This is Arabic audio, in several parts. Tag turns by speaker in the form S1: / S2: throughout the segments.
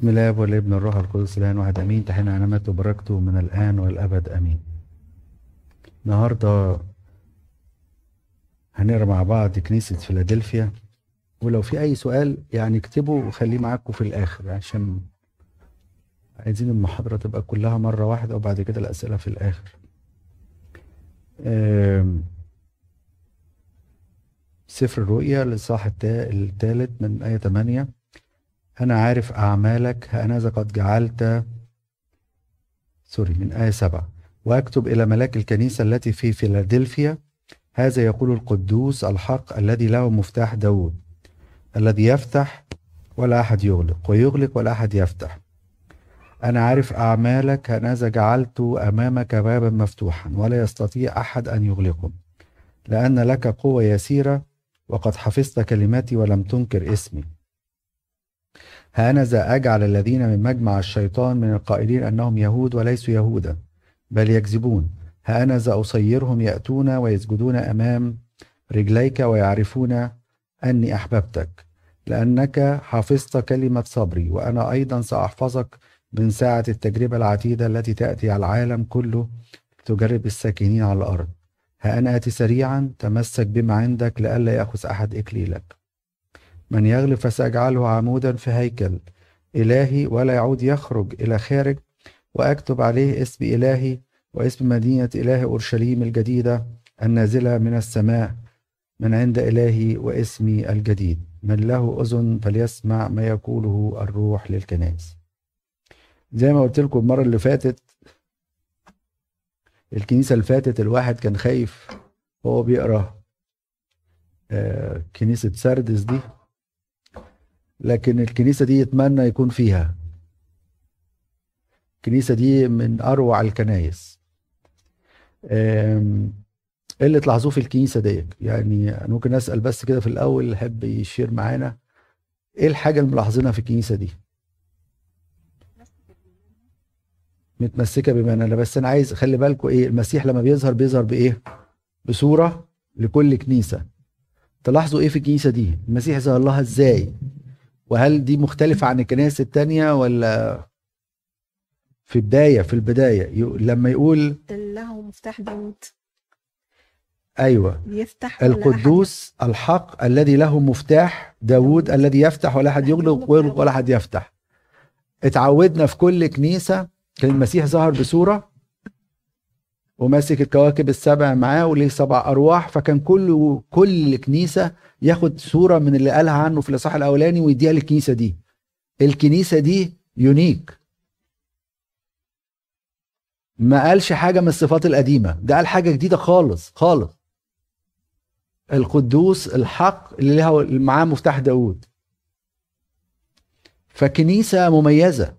S1: بسم الله والابن الروح القدس الان واحد امين. تحين نعمته وبركته من الان والابد امين. النهارده هنقرا مع بعض كنيسه فيلادلفيا، ولو في اي سؤال يعني اكتبه وخليه معاكم في الاخر، عشان عايزين المحاضره تبقى كلها مره واحده وبعد كده الاسئله في الاخر. سفر الرؤيا الاصحاح الثالث من ايه 8. انا عارف اعمالك، هانذا قد جعلت من آية 7. وأكتب إلى ملاك الكنيسة التي في فيلادلفيا، هذا يقول القدوس الحق الذي له مفتاح داود، الذي يفتح ولا أحد يغلق، ويغلق ولا أحد يفتح. أنا عارف أعمالك، هانذا جعلت أمامك بابا مفتوحا ولا يستطيع أحد أن يغلقه، لأن لك قوة يسيرة، وقد حفظت كلمتي ولم تنكر اسمي. هانذا أجعل الذين من مجمع الشيطان من القائلين أنهم يهود وليسوا يهودا بل يكذبون، هانذا أصيرهم يأتون ويسجدون أمام رجليك ويعرفون أني أحببتك، لأنك حفظت كلمة صبري، وأنا أيضا سأحفظك من ساعة التجربة العتيدة التي تأتي على العالم كله تجرب الساكنين على الأرض. ها أنا آتي سريعا، تمسك بما عندك لئلا يأخذ أحد إكليلك. من يغلب فسأجعله عمودا في هيكل إلهي ولا يعود يخرج إلى خارج، وأكتب عليه اسم إلهي واسم مدينة إله أورشليم الجديدة النازلة من السماء من عند إلهي واسمي الجديد. من له أذن فليسمع ما يقوله الروح للكنائس. زي ما قلت لكم المرة اللي فاتت، الكنيسة اللي فاتت الواحد كان خايف وهو بيقرأ كنيسة سردس دي، لكن الكنيسة دي يتمنى يكون فيها. الكنيسة دي من أروع الكنائس. ايه اللي تلاحظوه في الكنيسة دي؟ يعني أنا ممكن أسأل بس كده في الأول، يحب يشير معانا إيه الحاجة اللي ملاحظينها في الكنيسة دي؟ متمسكة بمعنى. بس أنا عايز خلي بالكم إيه، المسيح لما بيظهر بإيه؟ بصورة لكل كنيسة. تلاحظوا إيه في الكنيسة دي؟ المسيح ظهر لها إزاي؟ وهل دي مختلفة عن الكنائس التانية ولا في البداية لما يقول
S2: له مفتاح داود؟
S1: أيوة،
S2: يفتح
S1: القدوس الحق الذي له مفتاح داود الذي يفتح ولا أحد يغلق ويغلق ولا أحد يفتح. اتعودنا في كل كنيسة كان المسيح ظهر بصورة وماسك الكواكب السبع معاه وليه 7 أرواح، فكان كل كنيسة ياخد صورة من اللي قالها عنه في الإصحاح الأولاني ويديها للكنيسة دي. الكنيسة دي يونيك، ما قالش حاجة من الصفات القديمة، ده قال حاجة جديدة خالص خالص. القدوس الحق اللي له معاه مفتاح داود. فكنيسة مميزة.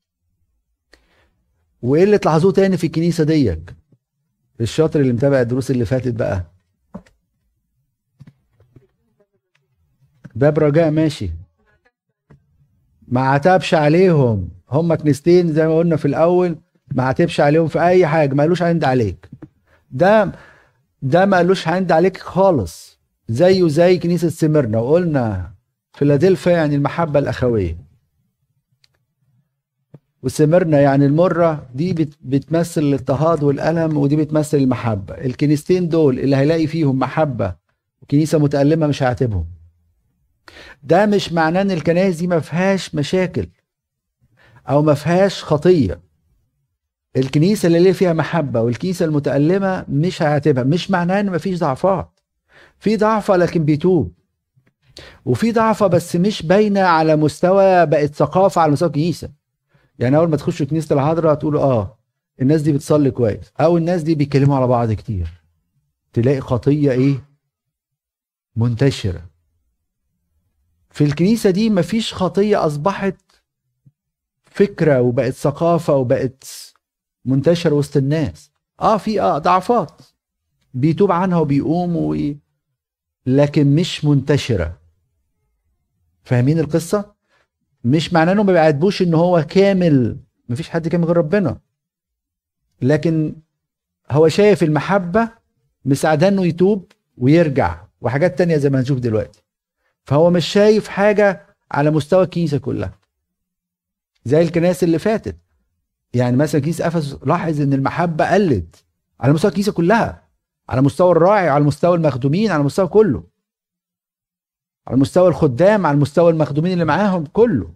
S1: وايه اللي تلاحظوه تاني في الكنيسة ديك؟ الشاطر اللي متابع الدروس اللي فاتت بقى، باب رجاء ماشي، ما عتبش عليهم. هم كنيستين زي ما قلنا في الاول، ما عتبش عليهم في اي حاجة، ما قالوش عند عليك. ده ما قالوش عند عليك خالص، زيه زي كنيسة سميرنا. وقلنا فيلادلفيا يعني المحبة الأخوية، وسميرنا يعني المرة دي بتمثل الاضطهاد والألم، ودي بتمثل المحبة. الكنيستين دول اللي هيلاقي فيهم محبة وكنيسة متألمة مش هيعاتبهم. ده مش معناه ان الكنائس دي ما فيهاش مشاكل او ما فيهاش خطية. الكنيسة اللي فيها محبة والكنيسة المتألمة مش هيعاتبها. مش معناه ان ما فيش ضعفات، في ضعفة لكن بيتوب، وفي ضعفة بس مش باينة على مستوى بقت ثقافة على مستوى الكنيسة. يعني اول ما تخشوا كنيسة العذراء تقولوا الناس دي بتصلي كويس، او الناس دي بيتكلموا على بعض كتير، تلاقي خطية ايه منتشرة. في الكنيسة دي مفيش خطية، اصبحت فكرة وبقت ثقافة وبقت منتشرة وسط الناس. في ضعفات بيتوب عنها وبيقوم لكن مش منتشرة. فاهمين القصة؟ مش معناه انه ما بيعاتبوش ان هو كامل، مفيش حد كامل غير ربنا، لكن هو شايف المحبة مساعده انه يتوب ويرجع وحاجات تانية زي ما هنشوف دلوقتي. فهو مش شايف حاجة على مستوى الكنيسة كلها. زي الكنائس اللي فاتت. يعني مثلا كنيسه افسس لاحظ ان المحبه قلت على مستوى الكنيسه كلها، على مستوى الراعي، على مستوى المخدومين، على مستوى كله، على مستوى الخدام، على مستوى المخدومين اللي معاهم كله.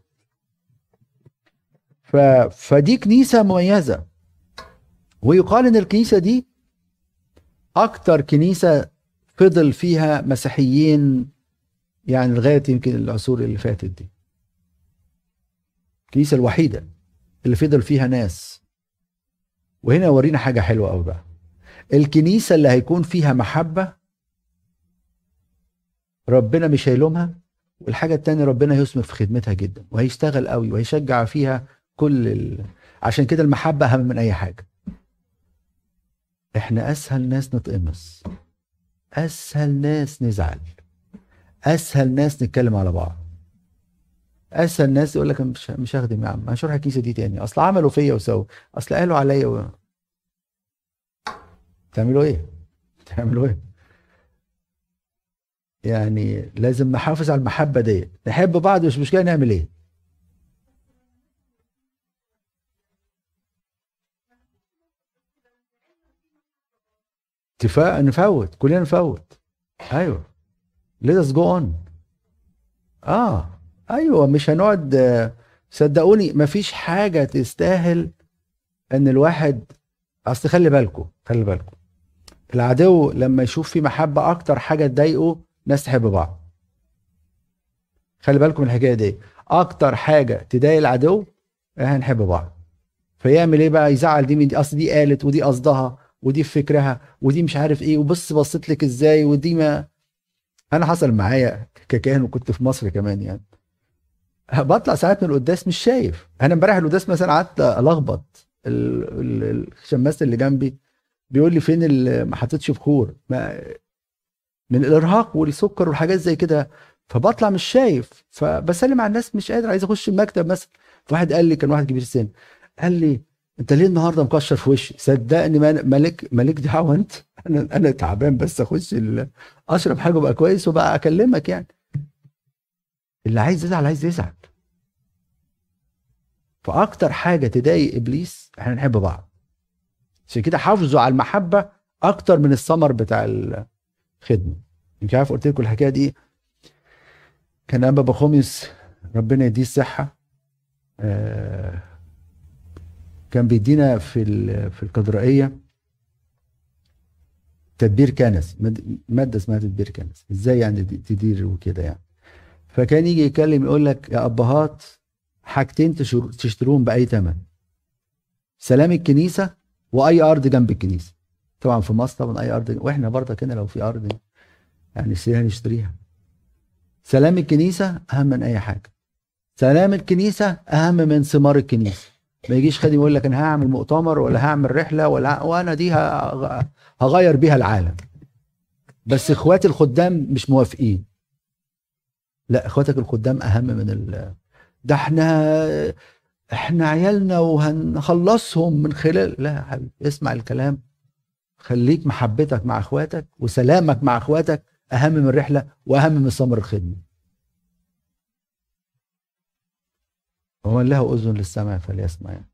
S1: فدي كنيسه مميزه، ويقال ان الكنيسه دي اكتر كنيسه فضل فيها مسيحيين يعني لغايه يمكن العصور اللي فاتت دي. الكنيسه الوحيده اللي فضل فيها ناس. وهنا ورينا حاجه حلوه قوي بقى، الكنيسه اللي هيكون فيها محبه ربنا مش هيلومها، والحاجه التانية ربنا هيثمر في خدمتها جدا وهيشتغل قوي وهيشجع فيها عشان كده المحبه اهم من اي حاجه. احنا اسهل ناس نتقمص، اسهل ناس نزعل، اسهل ناس نتكلم على بعض، اسهل ناس يقول لك مش هخدم يا عم، مش هروح الكنيسه دي تاني، اصل عملوا فيا وسووا، اصل قالوا عليا تعملوا ايه؟ تعملوا ايه؟ يعني لازم نحافظ على المحبه دي، نحب بعض مش مشكله، نعمل ايه؟ اتفاق نفوت، كلنا نفوت. ايوه let us go on. ايوه مش هنقعد. صدقوني مفيش حاجه تستاهل ان الواحد، اصل خلي بالكم العدو لما يشوف في محبه اكتر حاجه تضايقه ناس تحب بعض. خلي بالكم من الحكايه دي، اكتر حاجه تضايق العدو احنا نحب بعض. فيعمل ايه بقى؟ يزعل دي من دي، اصل دي قالت ودي قصدها ودي في فكرها ودي مش عارف ايه، وبص بصيت لك ازاي ودي ما. انا حصل معايا ككاهن وكنت في مصر كمان يعني، بطلع ساعات من القداس مش شايف. انا امبارح القداس مثلا قعدت الخبط الشماس اللي جنبي بيقول لي فين ما حطيتش بخور من الارهاق والسكر والحاجات زي كده، فبطلع مش شايف، فبسلم على الناس مش قادر، عايز اخش المكتب مثلا. فواحد قال لي، كان واحد كبير السن، قال لي انت ليه النهارده مكشر في وشي؟ صدقني مالك دعوه انت، انا تعبان بس اخش اشرب حاجه وابقى كويس وبقى اكلمك يعني. اللي عايز يزعل عايز يزعل. فاكتر حاجه تضايق ابليس احنا نحب بعض. عشان كده حافظوا على المحبه اكتر من الثمر بتاع الخدمه. مش عارف قلت لكم الحكايه دي. كان ابا بخوميس ربنا يديه الصحه، كان بيدينا في الكاتدرائيه تدبير كنس، ماده اسمها تدبير كنس، ازاي يعني تدير وكده يعني. فكان يجي يتكلم يقول لك يا ابهات حاجتين تشتروهم باي ثمن: سلام الكنيسه واي ارض جنب الكنيسه. طبعا في مصر طبعا اي ارض، واحنا برضه كده لو في ارض يعني نشتريها. سلام الكنيسه اهم من اي حاجه. سلام الكنيسه اهم من ثمار الكنيسه. ما يجيش خادم يقول لك انا هعمل مؤتمر ولا هعمل رحله وانا دي هغير بيها العالم، بس اخواتي الخدام مش موافقين. لا، اخواتك الخدام اهم من ده احنا عيالنا وهنخلصهم من خلال. لا يا حبيبي، اسمع الكلام، خليك محبتك مع اخواتك وسلامك مع اخواتك اهم من الرحله واهم من ثمر الخدمه. ومن له اذن للسمع فليسمع يعني.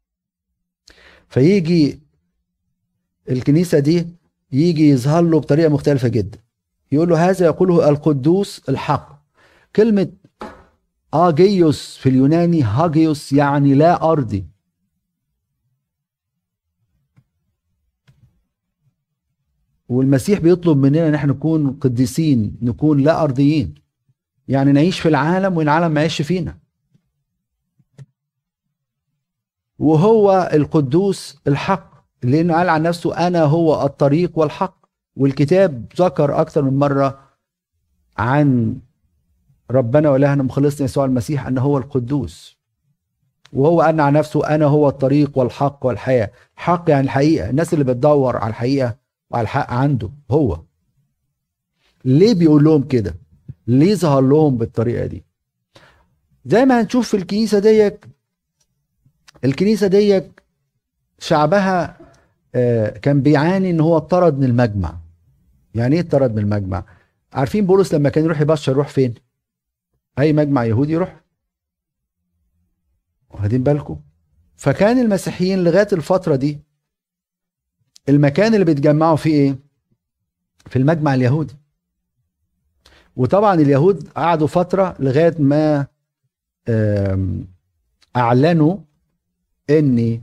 S1: فيجي الكنيسه دي يجي يظهر له بطريقه مختلفه جدا، يقول له هذا يقوله القدوس الحق. كلمه اجيوس في اليوناني، هاجيوس يعني لا ارضي. والمسيح بيطلب مننا ان احنا نكون قديسين، نكون لا ارضيين، يعني نعيش في العالم والعالم ما يعيش فينا. وهو القدوس الحق لانه قال عن نفسه انا هو الطريق والحق. والكتاب ذكر اكثر من مره عن ربنا والهنا مخلصنا يسوع المسيح ان هو القدوس. وهو قال عن نفسه انا هو الطريق والحق والحياه. حق يعني الحقيقه، الناس اللي بتدور على الحقيقه وعلى الحق عنده هو. ليه بيقول لهم كده؟ ليه ظهر لهم بالطريقه دي؟ زي ما هنشوف في الكنيسه ديك شعبها كان بيعاني ان هو اتطرد من المجمع. يعني ايه اتطرد من المجمع؟ عارفين بولس لما كان يروح يبشر يروح فين؟ اي مجمع يهودي يروح. واخدين بالكم؟ فكان المسيحيين لغايه الفتره دي المكان اللي بيتجمعوا فيه ايه؟ في المجمع اليهودي. وطبعا اليهود قعدوا فتره لغايه ما اعلنوا ان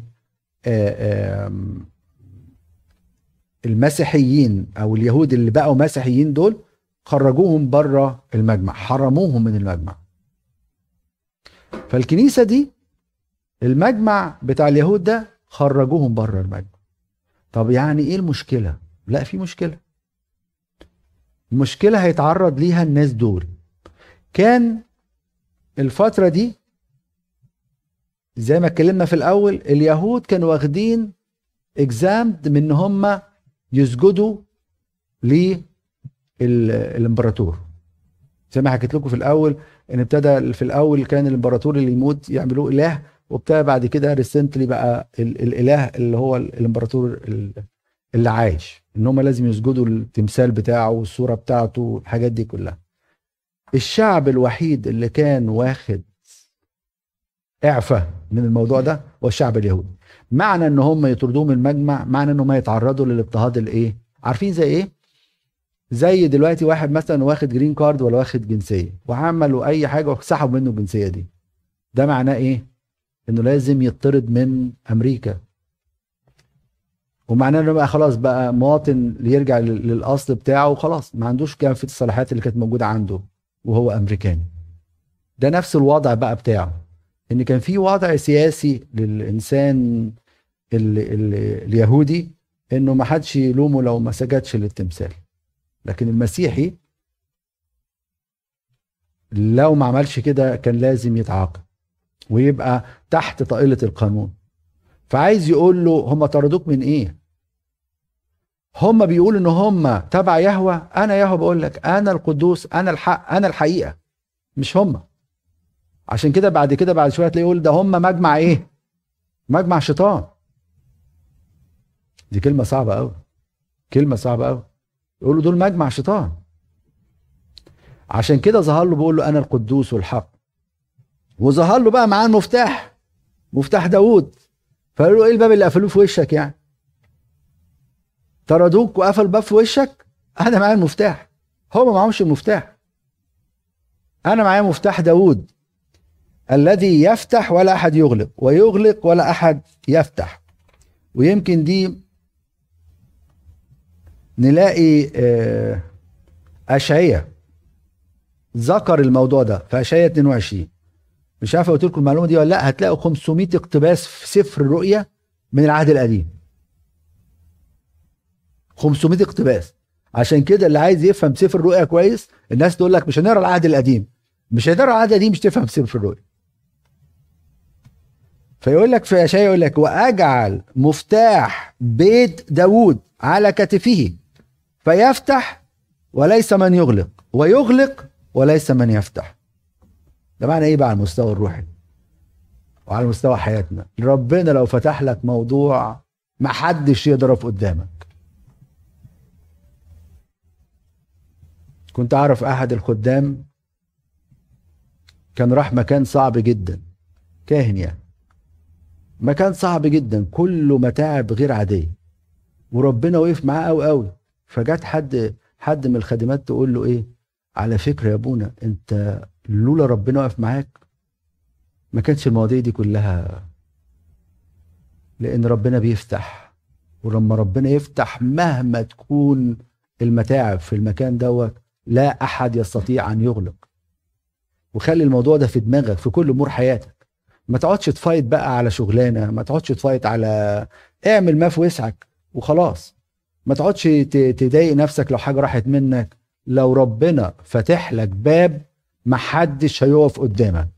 S1: المسيحيين او اليهود اللي بقوا مسيحيين دول خرجوهم بره المجمع، حرموهم من المجمع. فالكنيسه دي المجمع بتاع اليهود ده خرجوهم بره المجمع. طب يعني ايه المشكله؟ لا في مشكله. المشكله هيتعرض ليها الناس دول. كان الفتره دي زي ما اتكلمنا في الاول، اليهود كانوا واخدين اكزامد من ان هم يسجدوا للامبراطور. زي ما حكيت لكم في الاول ان ابتدى في الاول كان الامبراطور اللي يموت يعملوه اله، وابتدى بعد كده ريسنتلي بقى الاله اللي هو الامبراطور اللي عايش، ان هم لازم يسجدوا للتمثال بتاعه والصوره بتاعته والحاجات دي كلها. الشعب الوحيد اللي كان واخد اعفاء من الموضوع ده هو الشعب اليهودي. معنى ان هم يطردوهم من المجمع معنى انهم يتعرضوا للاضطهاد الايه؟ عارفين زي ايه؟ زي دلوقتي واحد مثلا واخد جرين كارد ولا واخد جنسيه وعملوا اي حاجه وسحبوا منه الجنسيه دي، ده معناه ايه؟ انه لازم يطرد من امريكا، ومعناه انه بقى خلاص بقى مواطن يرجع للاصل بتاعه وخلاص ما عندوش كافه الصلاحيات اللي كانت موجوده عنده وهو امريكاني. ده نفس الوضع بقى بتاعه، ان كان في وضع سياسي للانسان اليهودي انه ما حدش يلومه لو ما سجدش للتمثال، لكن المسيحي لو ما عملش كده كان لازم يتعاقب ويبقى تحت طائلة القانون. فعايز يقول له هم طردوك من ايه؟ هم بيقولوا ان هم تبع يهوه. انا يهوه بقول لك انا القدوس، انا الحق، انا الحقيقة، مش هم. عشان كده بعد كده بعد شوية تلاقيه يقول ده هم مجمع ايه؟ مجمع شيطان. دي كلمة صعبة قوي، كلمة صعبة قوي. يقولوا دول مجمع شيطان. عشان كده ظهر له بيقول له انا القدوس والحق، وظهر له بقى معاه المفتاح، مفتاح داوود. فقالوا له ايه الباب اللي قفلوه في وشك يعني؟ طردوك وقفل الباب في وشك؟ انا معايا المفتاح. هو ما معهمش المفتاح. انا معايا مفتاح داوود الذي يفتح ولا احد يغلق ويغلق ولا احد يفتح. ويمكن دي نلاقي اشعياء ذكر الموضوع ده في اشعياء 22. مش عارف قلت لكم المعلومه دي ولا لا. هتلاقوا 500 اقتباس في سفر الرؤيا من العهد القديم. 500 اقتباس. عشان كده اللي عايز يفهم سفر الرؤيا كويس، الناس تقول لك مش هنقرا العهد القديم، مش هتقرا العهد القديم مش تفهم سفر الرؤيا. فيقول لك في اشعياء يقول لك واجعل مفتاح بيت داوود على كتفه فيفتح وليس من يغلق ويغلق وليس من يفتح. ده معنى ايه بقى على المستوى الروحي وعلى مستوى حياتنا؟ ربنا لو فتح لك موضوع محدش يقدر يقف قدامك. كنت اعرف احد الخدام كان راح مكان صعب جدا، كاهن يعني، مكان صعب جدا كله متاعب غير عاديه، وربنا وقف معاه قوي قوي. فجت حد من الخادمات تقول له ايه، على فكره يا ابونا انت لولا ربنا وقف معاك ما كانتش المواضيع دي كلها. لان ربنا بيفتح، ولما ربنا يفتح مهما تكون المتاعب في المكان دوت لا احد يستطيع ان يغلق. وخلي الموضوع ده في دماغك في كل امور حياتك. ما تقعدش تفايت بقى على شغلانه، ما تقعدش تفايت على، اعمل ما في وسعك وخلاص. ما تقعدش تضايق نفسك لو حاجه راحت منك. لو ربنا فتح لك باب محدش هيقف قدامك.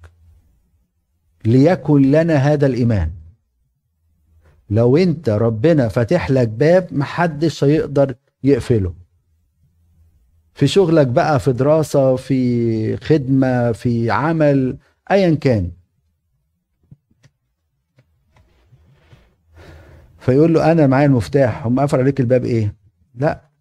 S1: ليكن لنا هذا الايمان. لو انت ربنا فتح لك باب محدش هيقدر يقفله. في شغلك بقى، في دراسة، في خدمة، في عمل، ايا كان. فيقول له انا معايا المفتاح، هم قفل عليك الباب ايه؟ لا.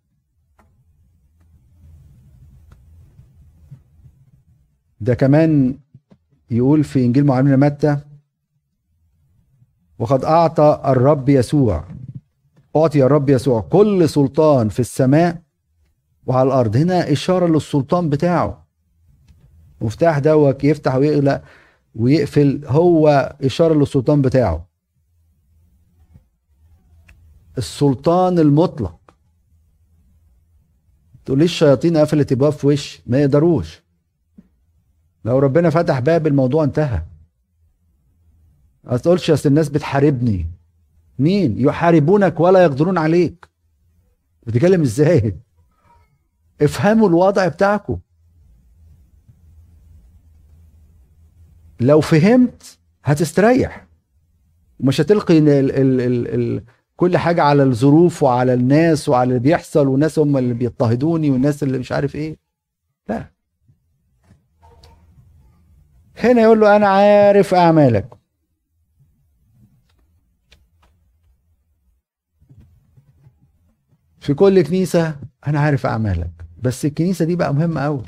S1: ده كمان يقول في انجيل معلمنا متى وقد أعطى الرب يسوع، أعطي الرب يسوع كل سلطان في السماء وعلى الأرض. هنا إشارة للسلطان بتاعه. مفتاح دوت يفتح ويغلق ويقفل، هو إشارة للسلطان بتاعه، السلطان المطلق. تقول لي الشياطين قفلت ابواب في وش؟ ما يقدروش. لو ربنا فتح باب الموضوع انتهى. ما تقولش اصل الناس بتحاربني. مين؟ يحاربونك ولا يقدرون عليك. بتتكلم ازاي؟ افهموا الوضع بتاعكم. لو فهمت هتستريح، ومش هتلقي كل حاجة على الظروف وعلى الناس وعلى اللي بيحصل، والناس هم اللي بيضطهدوني والناس اللي مش عارف ايه. لا، هنا يقول له انا عارف اعمالك. في كل كنيسة انا عارف اعمالك، بس الكنيسة دي بقى مهمة قوي.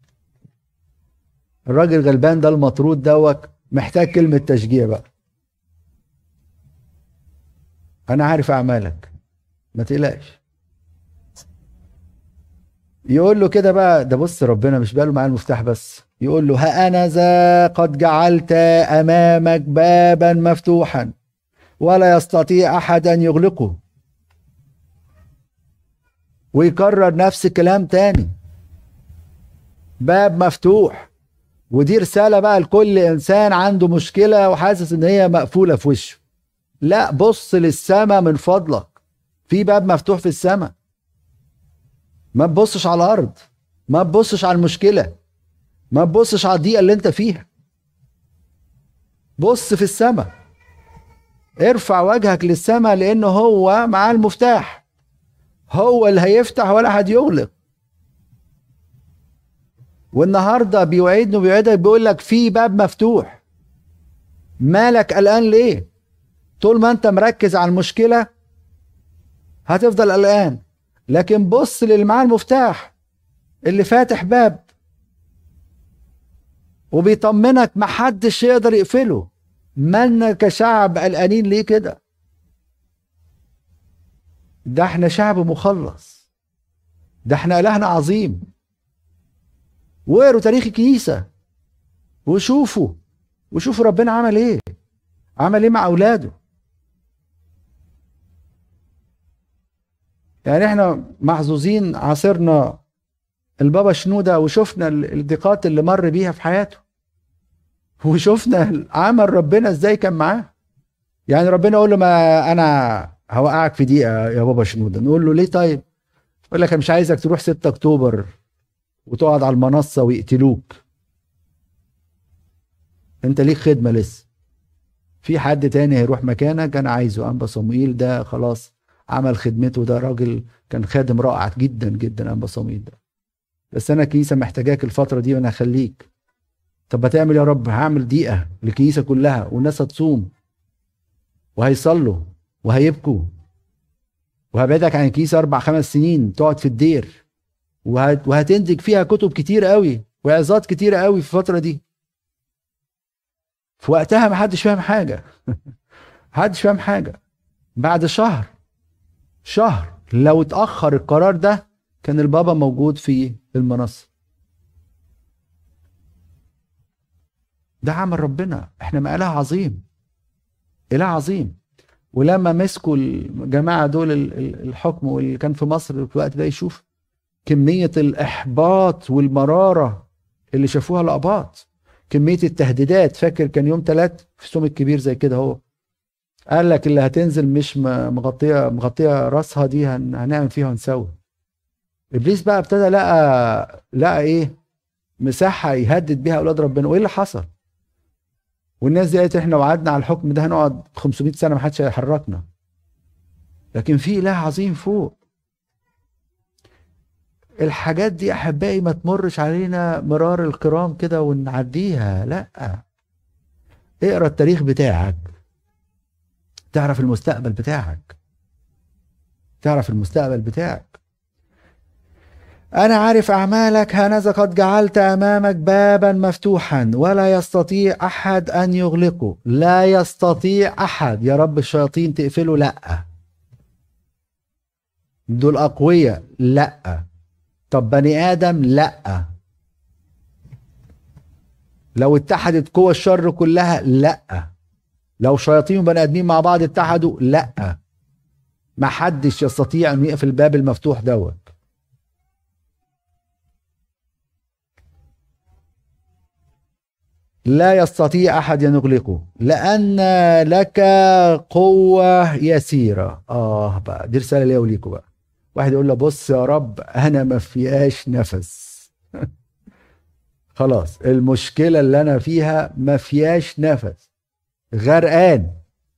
S1: الراجل غلبان ده المطرود دوت محتاج كلمة تشجيع بقى. انا عارف اعمالك، ما تقلقش. يقول له كده بقى، ده بص ربنا مش بقاله معاه المفتاح بس، يقول له ها انا ذا قد جعلت امامك بابا مفتوحا ولا يستطيع احد ان يغلقه. ويكرر نفس الكلام تاني، باب مفتوح. ودي رسالة بقى لكل انسان عنده مشكلة وحاسس ان هي مقفولة في وشه. لا، بص للسماء من فضلك، في باب مفتوح في السماء. ما تبصش على الارض، ما تبصش على المشكلة، ما تبصش على الضيقة اللي انت فيها. بص في السماء، ارفع وجهك للسماء، لانه هو معاه المفتاح، هو اللي هيفتح ولا حد يغلق. والنهارده بيوعدني وبيوعدك، بيقول لك في باب مفتوح. مالك قلقان ليه؟ طول ما انت مركز على المشكلة هتفضل قلقان، لكن بص للي معاه المفتاح اللي فاتح باب وبيطمنك محدش يقدر يقفله. مالنا كشعب قلقانين ليه كده؟ ده احنا شعب مخلص، ده احنا إلهنا عظيم. واقروا تاريخ الكنيسة وشوفوا ربنا عمل ايه، عمل ايه مع اولاده. يعني احنا محظوظين عاصرنا البابا شنودة وشفنا الضيقات اللي مر بيها في حياته، وشفنا عمل ربنا ازاي كان معاه. يعني ربنا يقول له ما انا هوقعك في دقيقة يا بابا شنودة، نقول له ليه طيب؟ يقول لك انا مش عايزك تروح 6 اكتوبر وتقعد على المنصة ويقتلوك. انت ليك خدمة لسه، في حد تاني هيروح مكانك. انا عايزه انبا صموئيل ده خلاص عمل خدمته، ده راجل كان خادم رائع جدا جدا انبا صموئيل ده، بس انا الكنيسة محتاجاك الفترة دي وانا هخليك. طب هتعمل يا رب؟ هعمل دقيقة للكنيسة كلها، والناس هتصوم وهيصلوا وهيبكوا، وهبعدك عن الكنيسة 4-5 سنين تقعد في الدير، وهتنتج فيها كتب كتير قوي وعظات كتير قوي في الفترة دي. في وقتها محدش فاهم حاجة محدش فاهم حاجة. بعد شهر لو اتأخر القرار ده كان البابا موجود في المنصة. ده عمل ربنا. احنا ما إله عظيم، إله عظيم. ولما مسكوا الجماعة دول الحكم واللي كان في مصر في الوقت ده، يشوف كمية الإحباط والمرارة اللي شافوها الأباط، كمية التهديدات. فاكر كان يوم 3 في الصوم الكبير زي كده، هو قال لك اللي هتنزل مش مغطية راسها دي هنعمل فيها ونسوي. إبليس بقى ابتدى لقى إيه؟ مساحة يهدد بيها أولاد ربنا. وإيه اللي حصل؟ والناس دي قالت احنا وعدنا على الحكم ده هنقعد 500 سنة محدش هيحركنا. لكن في إله عظيم فوق. الحاجات دي أحبائي ما تمرش علينا مرار الكرام كده ونعديها، لا. اقرأ التاريخ بتاعك، تعرف المستقبل بتاعك، تعرف المستقبل بتاعك. أنا عارف أعمالك، هانذا قد جعلت أمامك بابا مفتوحا ولا يستطيع أحد أن يغلقه. لا يستطيع أحد. يا رب الشياطين تقفله؟ لأ. دول أقوياء؟ لأ. طب بني آدم؟ لأ. لو اتحدت قوى الشر كلها؟ لأ. لو شياطين وبني آدمين مع بعض اتحدوا؟ لأ. ما حدش يستطيع أن يقفل الباب المفتوح دوت. لا يستطيع أحد أن يغلقه لأن لك قوة يسيرة. بقى دي رسالة ليا وليكوا بقى. واحد يقول له بص يا رب أنا ما فيهاش نفس. خلاص المشكلة اللي أنا فيها ما فيهاش نفس، غرقان،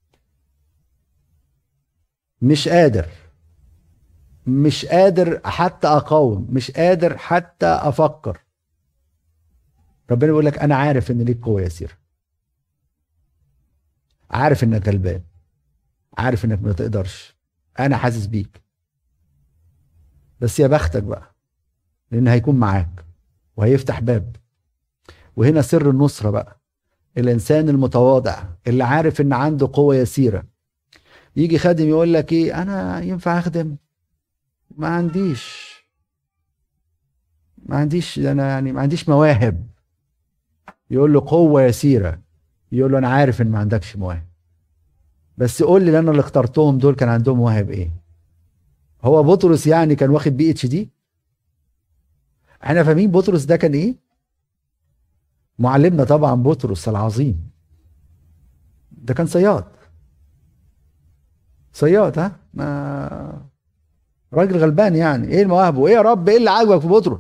S1: مش قادر، مش قادر حتى أقاوم، مش قادر حتى أفكر. ربنا بيقول لك أنا عارف إن ليك قوة يسيرة، عارف إنك غلبان، عارف إنك ما تقدرش، أنا حاسس بيك، بس يا بختك بقى لأن هيكون معاك وهيفتح باب. وهنا سر النصرة بقى. الإنسان المتواضع اللي عارف إن عنده قوة يسيرة، يجي خادم يقول لك إيه، أنا ينفع أخدم؟ ما عنديش أنا يعني ما عنديش مواهب. يقول له قوة يسيرة، يقول له أنا عارف إن ما عندكش مواهب، بس قول لي أنا اللي اخترتهم دول كان عندهم مواهب إيه؟ هو بطرس يعني كان واخد PhD؟ احنا فاهمين بطرس ده كان إيه؟ معلمنا طبعا بطرس العظيم ده كان صياد. صياد، ها؟ ما راجل غلبان يعني. ايه المواهب وايه يا رب؟ ايه اللي عاجبك في بطرس؟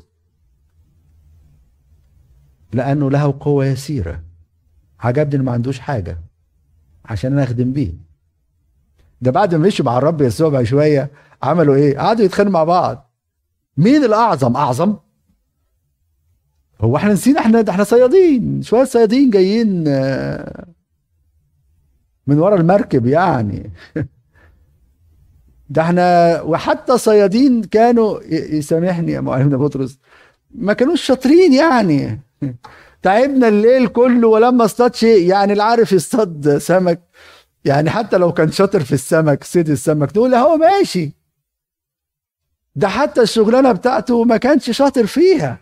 S1: لانه له قوة يسيرة. عجبني انه ما عندوش حاجة عشان انا اخدم بيه. ده بعد ما مشوا مع الرب يسوع بقى شوية عملوا ايه؟ قعدوا يتخانقوا مع بعض. مين الاعظم؟ اعظم؟ هو احنا نسينا؟ احنا صيادين، شوية صيادين جايين من ورا المركب يعني. ده احنا وحتى صيادين كانوا يسامحني يا معلمنا بطرس ما كانوش شاطرين يعني. تعبنا الليل كله ولما اصطاد شيء. يعني اللي عارف يصطاد سمك يعني حتى لو كان شاطر في السمك، صيد السمك، تقول هو ماشي. ده حتى الشغلانه بتاعته ما كانش شاطر فيها.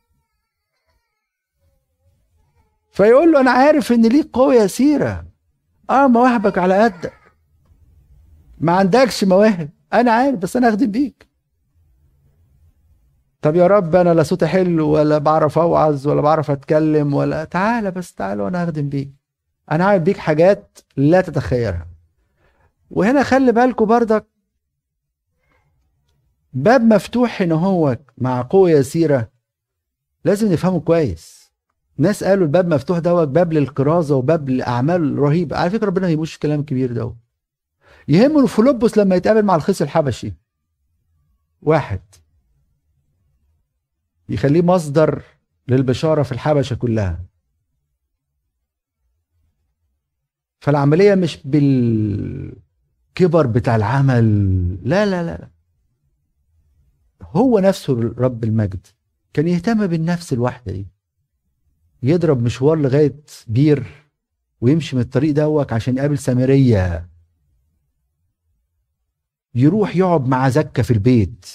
S1: فيقول له انا عارف ان ليك قوه يسيره. مواهبك على قدك، ما عندكش مواهب، انا عارف، بس انا اخدم بيك. طب يا رب انا لا صوتي حلو ولا بعرف اوعظ ولا بعرف اتكلم ولا، تعالى بس تعالى وانا اخدم بيك. انا هعمل بيك حاجات لا تتخيلها. وهنا خلي بالكوا بردك، باب مفتوح هنا هو مع قوة يسيرة لازم نفهمه كويس. ناس قالوا الباب مفتوح دوت باب للكرازة وباب لأعمال رهيبة. على فكرة ربنا ما يهموش الكلام الكبير دوت. يهمه فيلبس لما يتقابل مع الخصي الحبشي، واحد يخليه مصدر للبشارة في الحبشة كلها. فالعملية مش بالكبر بتاع العمل، لا لا لا، هو نفسه رب المجد كان يهتم بالنفس الواحدة دي، يضرب مشوار لغاية بير ويمشي من الطريق دوت عشان يقابل سامرية، يروح يقعد مع زكا في البيت،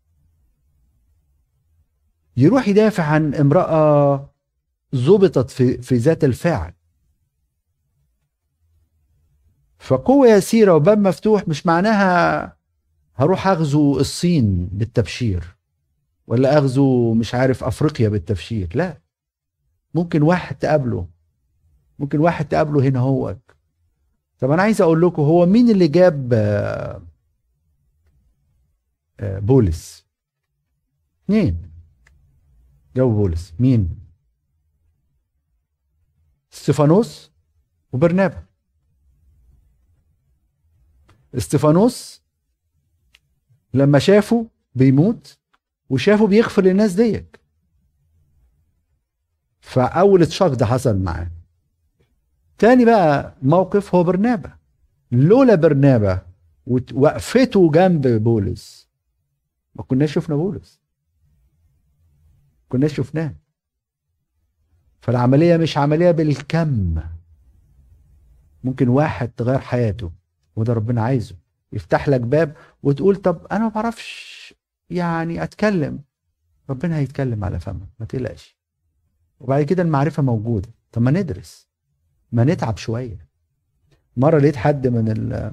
S1: يروح يدافع عن امرأة ضبطت في ذات الفعل. فقوة يسيرة وباب مفتوح مش معناها هروح اغزو الصين بالتبشير ولا اغزو مش عارف افريقيا بالتبشير. لا، ممكن واحد تقابله، ممكن واحد تقابله هنا هو. طب انا عايز اقول لكم، هو مين اللي جاب بولس؟ مين جابوا بولس؟ مين؟ استفانوس وبرنابا. استفانوس لما شافه بيموت وشافه بيغفر للناس ديك، فاول اتشاك ده حصل معاه. تاني بقى موقف هو برنابا. لولا برنابا وقفته جنب بولس ما كناش شفنا بولس. كناش شفناه. فالعملية مش عملية بالكم، ممكن واحد تغير حياته، وده ربنا عايزه. يفتح لك باب وتقول طب انا ما بعرفش يعني اتكلم، ربنا هيتكلم على فمك ما تقلقش. وبعد كده المعرفة موجودة. طب ما ندرس، ما نتعب شوية. مرة لقيت حد من ال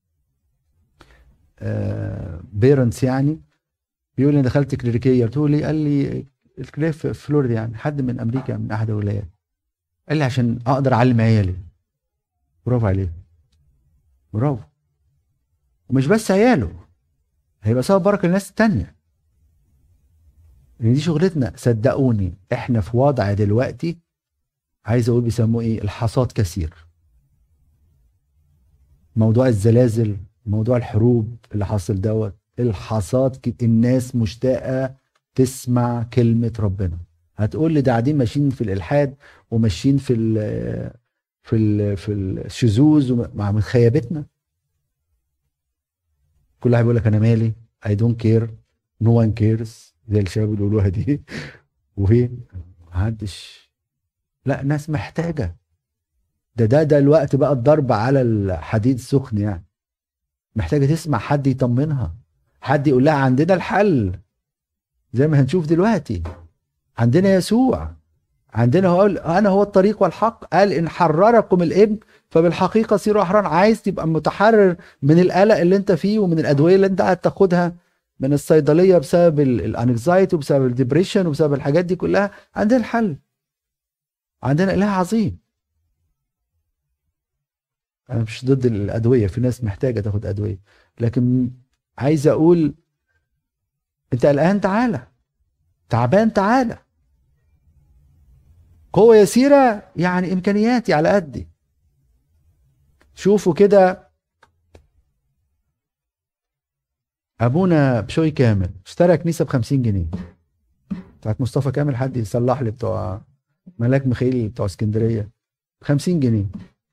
S1: بيرنتس يعني بيقول لي دخلت كليريكية. قلت له ليه؟ قال لي الكليريك في فلوريدا، يعني حد من امريكا من احد الولايات. قال لي عشان اقدر اعلم عيالي. برافو عليه، برافو. ومش بس عياله، هيبقى سبب بركه للناس التانية. لان دي شغلتنا. صدقوني احنا في وضع دلوقتي عايز اقول بيسموه ايه، الحصاد كثير. موضوع الزلازل، موضوع الحروب اللي حاصل دوت، الحصاد الناس مشتاقه تسمع كلمه ربنا. هتقول لي ده قاعدين ماشيين في الالحاد وماشيين في الشذوذ مع من خيابتنا. كل واحد بيقول لك انا مالي، I don't care, no one cares، زي الشباب اللي بيقولوها دي. وهي محدش. لا، ناس محتاجه. ده الوقت بقى الضرب على الحديد السخن يعني. محتاجه تسمع حد يطمنها، حد يقول لها عندنا الحل. زي ما هنشوف دلوقتي، عندنا يسوع، عندنا هو انا هو الطريق والحق. قال ان حرركم الابن فبالحقيقه صيروا احرار. عايز تبقى متحرر من القلق اللي انت فيه، ومن الادويه اللي انت قاعد تاخدها من الصيدليه بسبب الانكزايتي وبسبب الدبريشن وبسبب الحاجات دي كلها. عندنا الحل، عندنا اله عظيم. انا مش ضد الادويه، في ناس محتاجه تاخد ادويه، لكن عايز اقول انت قلقان تعالى، تعبان تعالى. قوه يسيره يعني امكانياتي على قدي. شوفوا كده، ابونا بشوي كامل اشترى كنيسه ب50 جنيه بتاعت مصطفى كامل. حد يصلح لي بتوع ملاك ميخائيل بتوع اسكندريه، ب50 جنيه.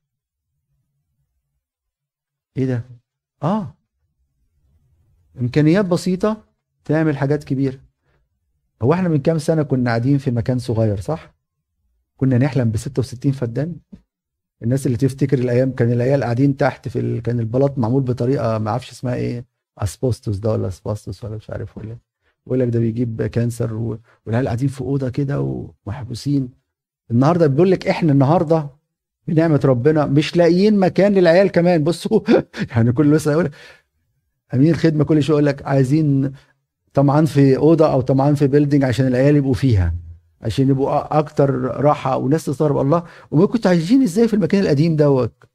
S1: ايه ده؟ امكانيات بسيطه تعمل حاجات كبيره. هو احنا من كام سنه كنا قاعدين في مكان صغير صح؟ كنا نحلم ب66 فدان. الناس اللي تفتكر الايام، كان العيال قاعدين تحت كان البلاط معمول بطريقه ما اعرفش اسمها ايه، اسبوستوس ده ولا اسباستوس ولا مش عارف ولا. بيقول لك ده بيجيب كانسر والعيال قاعدين في اوضه كده ومحبوسين. النهارده بيقول لك احنا النهارده بنعمه ربنا مش لاقيين مكان للعيال كمان. بصوا يعني كل مثلا يقول امين الخدمه كل شويه يقول لك عايزين طمعان في اوضه او طمعان في بيلدينج عشان العيال يبقوا فيها، عشان يبقوا اكتر راحه. وناس تستغرب الله، وما كنتوا عايشين ازاي في المكان القديم دوت.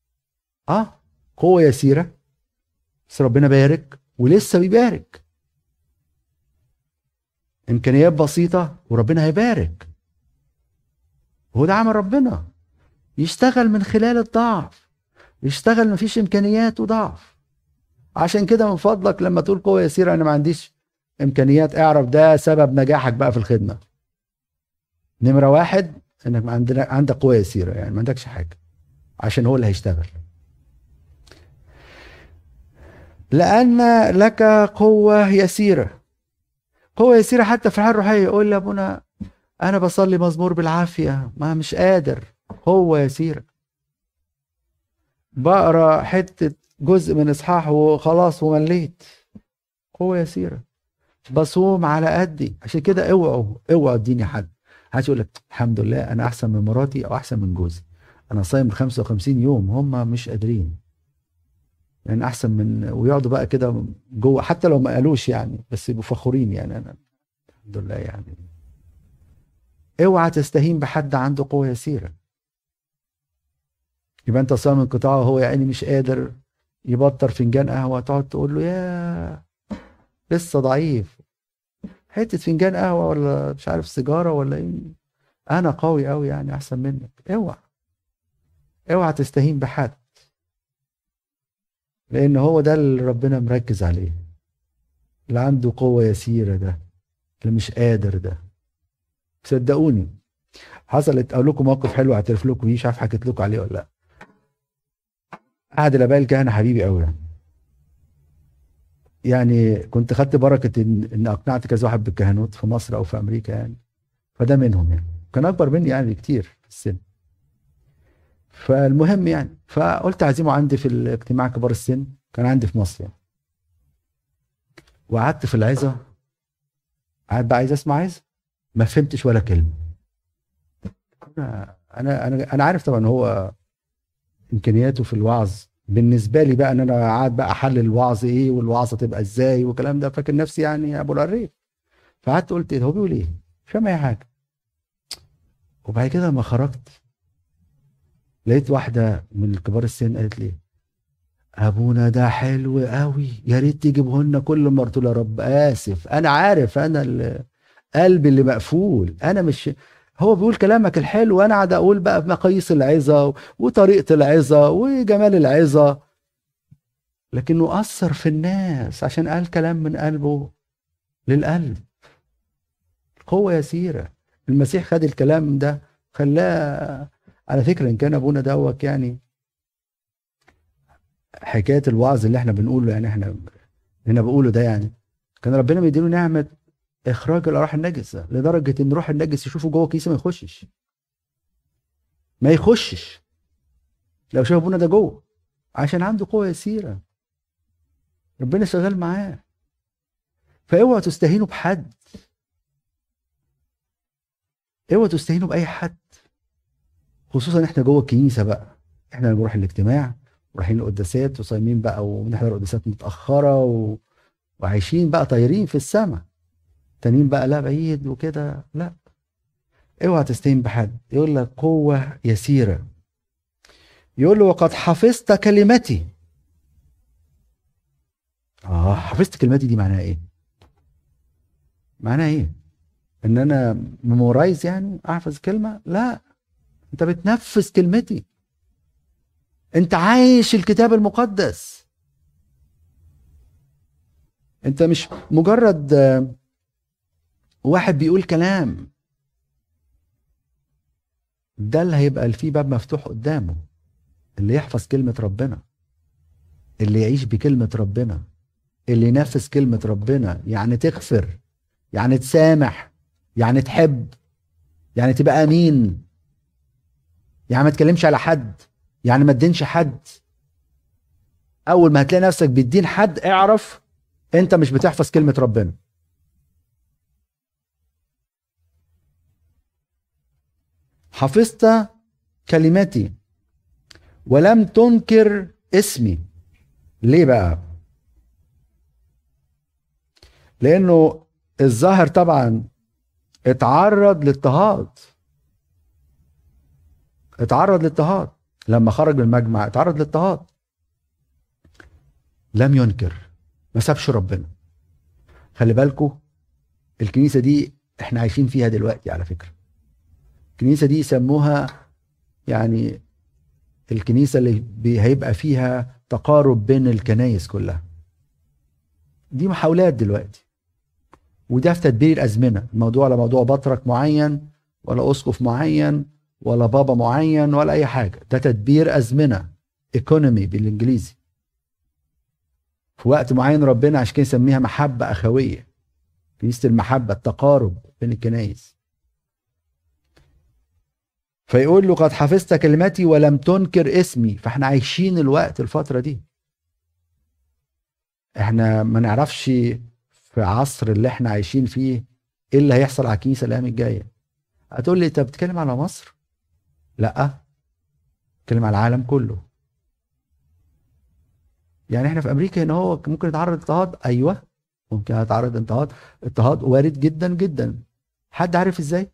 S1: قوه يسيره، بس ربنا بارك ولسه بيبارك. امكانيات بسيطه وربنا هيبارك. وهو ده عمل ربنا، يشتغل من خلال الضعف، يشتغل مفيش امكانيات وضعف. عشان كده من فضلك لما تقول قوه يسيره انا ما عنديش امكانيات، اعرف ده سبب نجاحك بقى في الخدمه. نمره واحد انك عندك قوه يسيره، يعني ما عندكش حاجه، عشان هو اللي هيشتغل. لان لك قوه يسيره. قوه يسيره حتى في الحياه الروحيه. يقول لي يا ابونا انا بصلي مزمور بالعافيه ما مش قادر. قوه يسيره. بقرا حته جزء من اصحاح وخلاص ومليت. قوه يسيره. بصوم على قدي. عشان كده اوعوا اديني حد يقول لك الحمد لله انا احسن من مراتي او احسن من جوزي، انا صايم 55 يوم هم مش قادرين، يعني احسن من. ويقعدوا بقى كده جوه حتى لو ما قالوش يعني، بس يبقوا فخورين يعني انا الحمد لله يعني. اوعى تستهين بحد عنده قوه يسيره. يبقى انت صايم انقطاع وهو يا عيني مش قادر يبطر فنجان قهوه، تقعد تقول له يا لسه ضعيف، حته فنجان قهوه ولا مش عارف سيجاره ولا ايه، انا قوي قوي يعني احسن منك. اوعى تستهين بحد، لان هو ده اللي ربنا مركز عليه، اللي عنده قوه يسيره ده، اللي مش قادر ده. صدقوني حصلت. اقول لكم موقف حلو اعترف لكم بيه، مش عارف حكيت لكم عليه ولا لا. احد الاباء الكهنه حبيبي قوي يعني، يعني كنت خدت بركه ان اقنعت كذا واحد بالكهنوت في مصر او في امريكا يعني. فده منهم يعني، كان اكبر مني يعني كتير في السن. فالمهم يعني، فقلت اعزمه عندي في الاجتماع كبار السن، كان عندي في مصر يعني. وقعدت في العظه، قاعد بقى عايز اسمع عظه، ما فهمتش ولا كلمه. انا عارف طبعا هو امكانياته في الوعظ. بالنسبه لي بقى ان انا قاعد بقى احلل الوعظ ايه والوعظه تبقى ازاي والكلام ده، فاكر نفسي يعني ابو العريف. فقعدت قلت ايه ده، هو بيقول ايه؟ مش فاهم اي حاجه. وبعد كده لما خرجت لقيت واحده من كبار السن قالت لي: ابونا ده حلو قوي، يا ريت تجيبه لنا كل مره. قلت له: يا رب اسف، انا عارف انا قلبي اللي مقفول، انا مش. هو بيقول كلامك الحلو وانا قاعد اقول بقى بمقاييس العظه وطريقه العظه وجمال العظه، لكنه اثر في الناس عشان قال كلام من قلبه للقلب. قوه يسيره. المسيح خد الكلام ده خلاه. على فكره ان كان ابونا دوت يعني، حكايه الوعظ اللي احنا بنقوله يعني، احنا هنا بقوله ده يعني، كان ربنا بيديله نعمه اخراج الارواح النجسه، لدرجه ان روح النجس يشوفه جوه الكنيسه ما يخشش لو شاف ابونا ده جوه، عشان عنده قوه يسيره، ربنا شغال معاه. فاوعوا تستهينوا بحد، اوعوا تستهينوا باي حد، خصوصا احنا جوه الكنيسه بقى. احنا بنروح الاجتماع ورايحين القداسات وصايمين بقى وبنحضر قداسات متاخره وعايشين بقى طايرين في السماء. تانيين بقى لا بعيد وكده، لا. اوعى تستهين بحد. يقول لك قوه يسيره، يقول له: وقد حفظت كلمتي. حفظت كلمتي دي معناها ايه؟ معناها ايه؟ ان انا ميمورايز يعني احفظ كلمه؟ لا، انت بتنفذ كلمتي، انت عايش الكتاب المقدس. انت مش مجرد واحد بيقول كلام. ده اللي هيبقى فيه باب مفتوح قدامه، اللي يحفظ كلمة ربنا، اللي يعيش بكلمة ربنا، اللي ينفذ كلمة ربنا. يعني تغفر، يعني تسامح، يعني تحب، يعني تبقى امين، يعني ما تكلمش على حد، يعني ما تدينش حد. اول ما هتلاقي نفسك بتدين حد، اعرف انت مش بتحفظ كلمة ربنا. حفظت كلمتي ولم تنكر اسمي. ليه بقى؟ لانه الظاهر طبعا اتعرض لاضطهاد. اتعرض لاضطهاد لما خرج من المجمع، اتعرض لاضطهاد. لم ينكر، ما سابش ربنا. خلي بالكو، الكنيسة دي احنا عايشين فيها دلوقتي على فكرة. الكنيسة دي يسموها يعني الكنيسة اللي هيبقى فيها تقارب بين الكنايس كلها. دي محاولات دلوقتي، وده في تدبير الأزمنة. الموضوع لا موضوع بطرك معين ولا أسقف معين ولا بابا معين ولا أي حاجة، ده تدبير أزمنة، ايكونومي بالإنجليزي. في وقت معين ربنا عشان كده يسميها محبة أخوية، كنيسة المحبة، التقارب بين الكنايس. فيقول له: قد حفظت كلمتي ولم تنكر اسمي. فاحنا عايشين الوقت الفترة دي. احنا ما نعرفش في عصر اللي احنا عايشين فيه ايه اللي هيحصل على الكنيسة الأيام الجاية. هتقول لي: انت بتتكلم على مصر؟ لا، بتكلم على العالم كله. يعني احنا في امريكا هنا هو ممكن يتعرض اضطهاد، ايوه ممكن يتعرض اضطهاد، اضطهاد وارد جدا جدا. حد عارف ازاي؟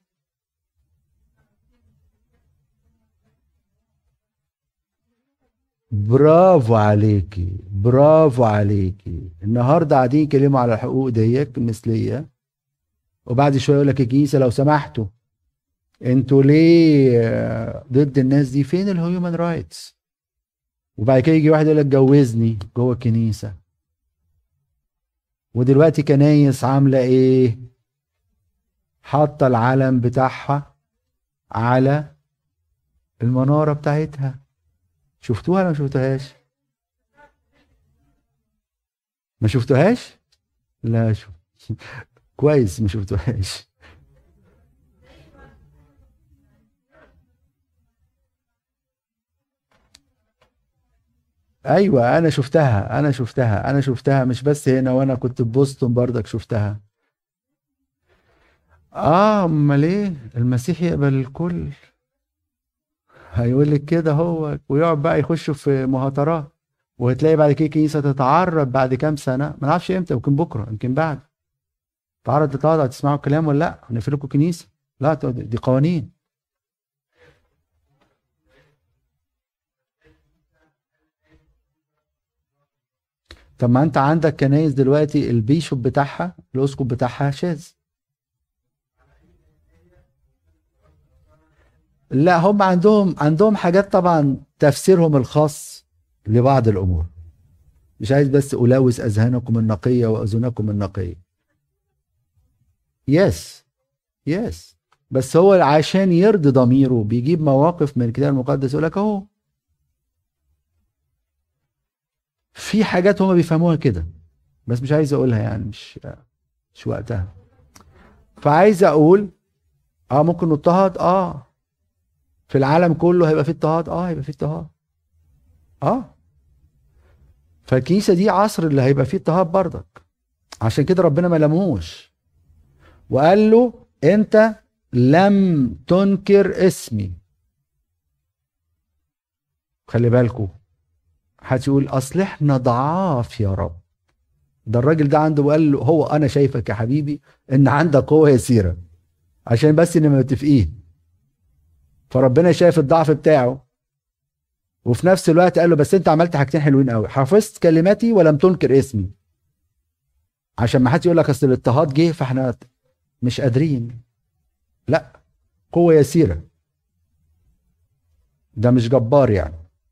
S1: برافو عليكي، برافو عليكي. النهارده قاعدين يتكلموا على الحقوق ديك المثليه، وبعد شويه يقول لك: الكنيسه لو سمحتوا، انتوا ليه ضد الناس دي؟ فين الهيومن رايتس؟ وبعد كده يجي واحد يقول لك: جوزني جوه الكنيسه. ودلوقتي كنايس عامله ايه؟ حاطه العلم بتاعها على المناره بتاعتها. شفتوها ولا ما شفتوهاش؟ ما شفتوهاش؟ لا شوف. كويس ما شفتوهاش. ايوه انا شفتها مش بس هنا، وانا كنت في بوسطن برضك شفتها. امال ايه، المسيح يقبل الكل. هيقول لك كده هو، ويقعد بقى يخشوا في مهاترات، وهتلاقي بعد كده كنيسه تتعرض بعد كام سنه، ما نعرفش امتى، يمكن بكره يمكن بعد، تعرض تتعرض، هتسمعوا الكلام ولا لا، نقفل لكم كنيسه. لا دي قوانين. طب ما انت عندك كنايس دلوقتي البيشوب بتاعها الاسقف بتاعها شاذ. لا هم عندهم حاجات طبعا، تفسيرهم الخاص لبعض الامور. مش عايز بس ألوث أذهانكم النقية وأذنكم النقية. يس. يس. بس هو عشان يرضي ضميره بيجيب مواقف من الكتاب المقدس، يقول لك اهو في حاجات هما بيفهموها كده، بس مش عايز اقولها يعني، مش وقتها. فعايز اقول ممكن نضطهد، في العالم كله هيبقى فيه اضطهاد، هيبقى فيه اضطهاد. اه فالكنيسة دي عصر اللي هيبقى فيه اضطهاد برضك. عشان كده ربنا ما لمهوش وقال له انت لم تنكر اسمي. خلي بالكو، هتقول اصل احنا ضعاف يا رب. ده الراجل ده عنده، وقال له هو انا شايفك يا حبيبي ان عندك قوة يسيرة، عشان بس نبقى متفقين. فربنا شايف الضعف بتاعه، وفي نفس الوقت قال له بس انت عملت حاجتين حلوين قوي، حفظت كلماتي ولم تنكر اسمي. عشان ما حد يقول لك اصل الاضطهاد جه فاحنا مش قادرين. لا، قوة يسيرة، ده مش جبار يعني.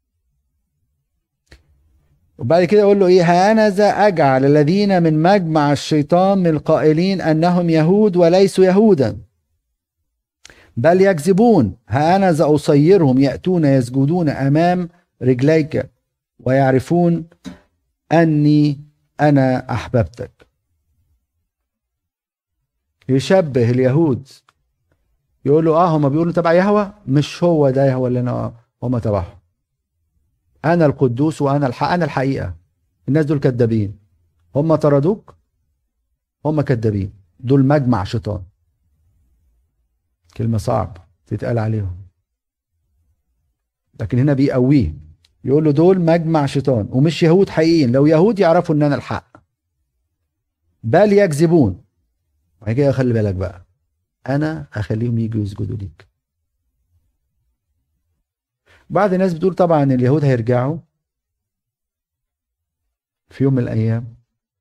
S1: وبعد كده يقول له ايه، هانذا اجعل الذين من مجمع الشيطان من القائلين انهم يهود وليسوا يهودا بل يكذبون، هانذا اصيرهم ياتون يسجدون امام رجليك ويعرفون اني انا احببتك. يشبه اليهود، يقول له هم بيقولوا تبع يهوه، مش هو ده يهوه اللي انا هم تبعهم. انا القدوس وانا الحق، انا الحقيقه. الناس دول كذابين، هم طردوك، هم كذابين، دول مجمع شيطان. كلمة صعب تتقال عليهم، لكن هنا بيقويه، يقول له دول مجمع شيطان ومش يهود حقيقيين. لو يهود يعرفوا ان انا الحق، بل يكذبون. وبعد كده خلي بالك بقى، انا هخليهم يجوا يسجدوا ليك. بعض الناس بتقول طبعا اليهود هيرجعوا في يوم من الايام،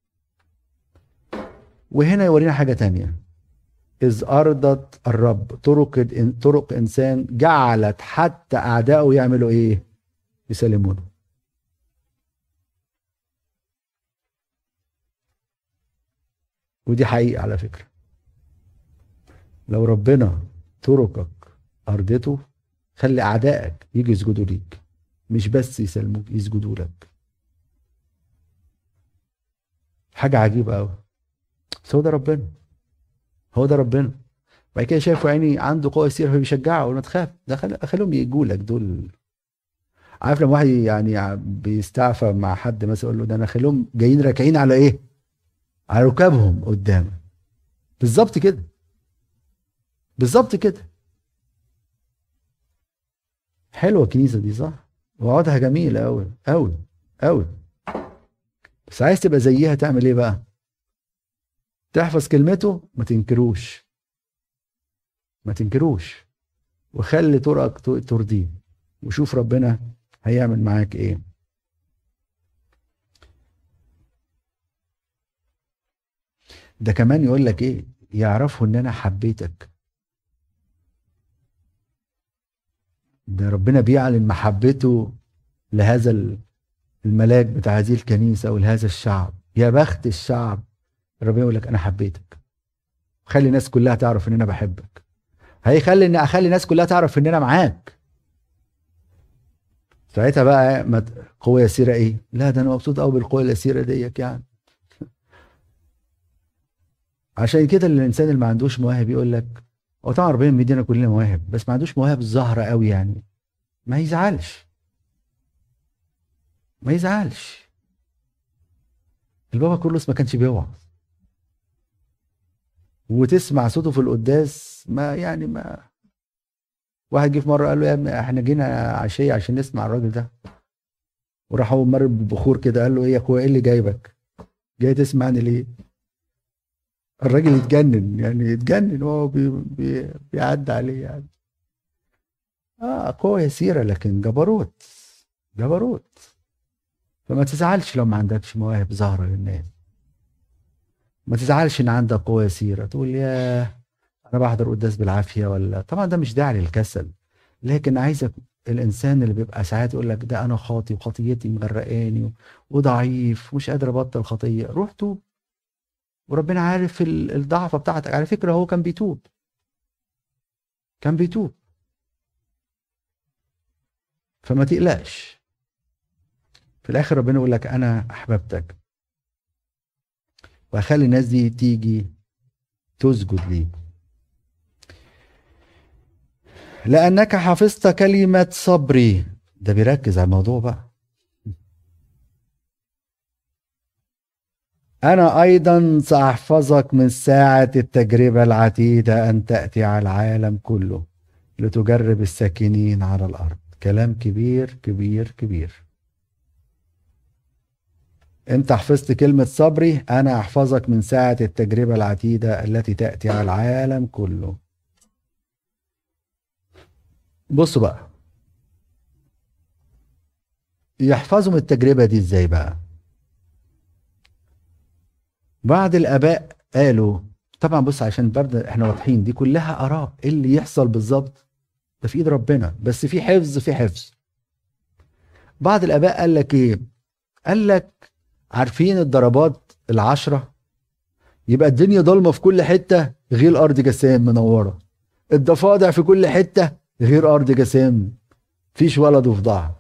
S1: وهنا يورينا حاجة تانية. إذ أرضت الرب طرق إنسان جعلت حتى أعدائه يعملوا إيه؟ يسلمونه. ودي حقيقة على فكرة. لو ربنا طرقك أرضته، خلي أعدائك يجي يسجدوا ليك، مش بس يسلموك، يسجدوا لك. حاجة عجيبة أوي. بس هو ده ربنا، هو ده ربنا. بعد كده شايفه عيني عنده قوة يسير فبيشجعه، ولا تخاف، ده خليهم يجوا لك دول. عارف لما واحد يعني بيستعفى مع حد مثلا، يقول له ده انا خليهم جايين راكعين على ايه؟ على ركابهم قدامك. بالظبط كده، بالظبط كده. حلوه الكنيسه دي صح، وعودها جميله قوي قوي قوي. بس عايز تبقى زيها تعمل ايه بقى؟ تحفظ كلمته، ما تنكروش، ما تنكروش، وخلي طرقك ترضيه، وشوف ربنا هيعمل معاك ايه. ده كمان يقول لك ايه، يعرفوا ان انا حبيتك. ده ربنا بيعلن محبته لهذا الملاك بتاع هذه الكنيسة ولهذا الشعب. يا بخت الشعب، ربنا يقول لك انا حبيتك. خلي الناس كلها تعرف ان انا بحبك. هيخلي ان اخلي الناس كلها تعرف ان انا معاك. ساعتها بقى قوة يسيرة ايه؟ لا ده انا مبسوط قوي بالقوة اليسيرة ديت يعني. عشان كده الانسان اللي ما عندوش مواهب يقول لك، هو طبعا ربنا مدينا كلنا مواهب، بس ما عندوش مواهب ظاهره قوي يعني، ما يزعلش، ما يزعلش. البابا كرولوس ما كانش بيوعظ، وتسمع صوته في القداس ما يعني ما. واحد جه في مره قال له يا ابني احنا جينا عشيه عشان نسمع الراجل ده، وراح هو مر بالبخور كده، قال له ايه يا اخويا، ايه اللي جايبك؟ جاي تسمعني ليه؟ الراجل يتجنن، يعني يتجنن وهو بيعدي عليه يعني. قوة يسيرة لكن جبروت، جبروت. فما تزعلش لو ما عندكش مواهب ظاهرة للناس، ما تزعلش ان عندك قوة يسيرة تقول يا انا بحضر قداس بالعافية، ولا طبعا ده مش داعي للكسل، لكن عايزك الانسان اللي بيبقى ساعات يقول لك ده انا خاطي وخطيتي مغرقاني وضعيف ومش قادر ابطل خطية، روح توب، وربنا عارف الضعفة بتاعتك. على فكرة هو كان بيتوب، كان بيتوب، فما تقلقش. في الاخر ربنا يقول لك انا احببتك، وهخلي الناس دي تيجي تسجد لي لانك حفظت كلمة صبري. ده بيركز على الموضوع بقى. انا ايضا ساحفظك من ساعة التجربة العتيدة ان تأتي على العالم كله لتجرب الساكنين على الارض. كلام كبير كبير كبير. انت حفظت كلمة صبري، انا احفظك من ساعة التجربة العتيدة التي تأتي على العالم كله. بصوا بقى، يحفظوا من التجربة دي ازاي بقى؟ بعض الاباء قالوا، طبعا بص عشان برضه احنا واضحين دي كلها اراء، ايه اللي يحصل بالظبط ده في ايد ربنا، بس في حفظ، في حفظ. بعض الاباء قال لك ايه؟ قال لك عارفين الضربات العشرة؟ يبقى الدنيا ضلمة في كل حتة غير الارض جسام منورة، الضفادع في كل حتة غير ارض جسام فيش ولا ضفدع،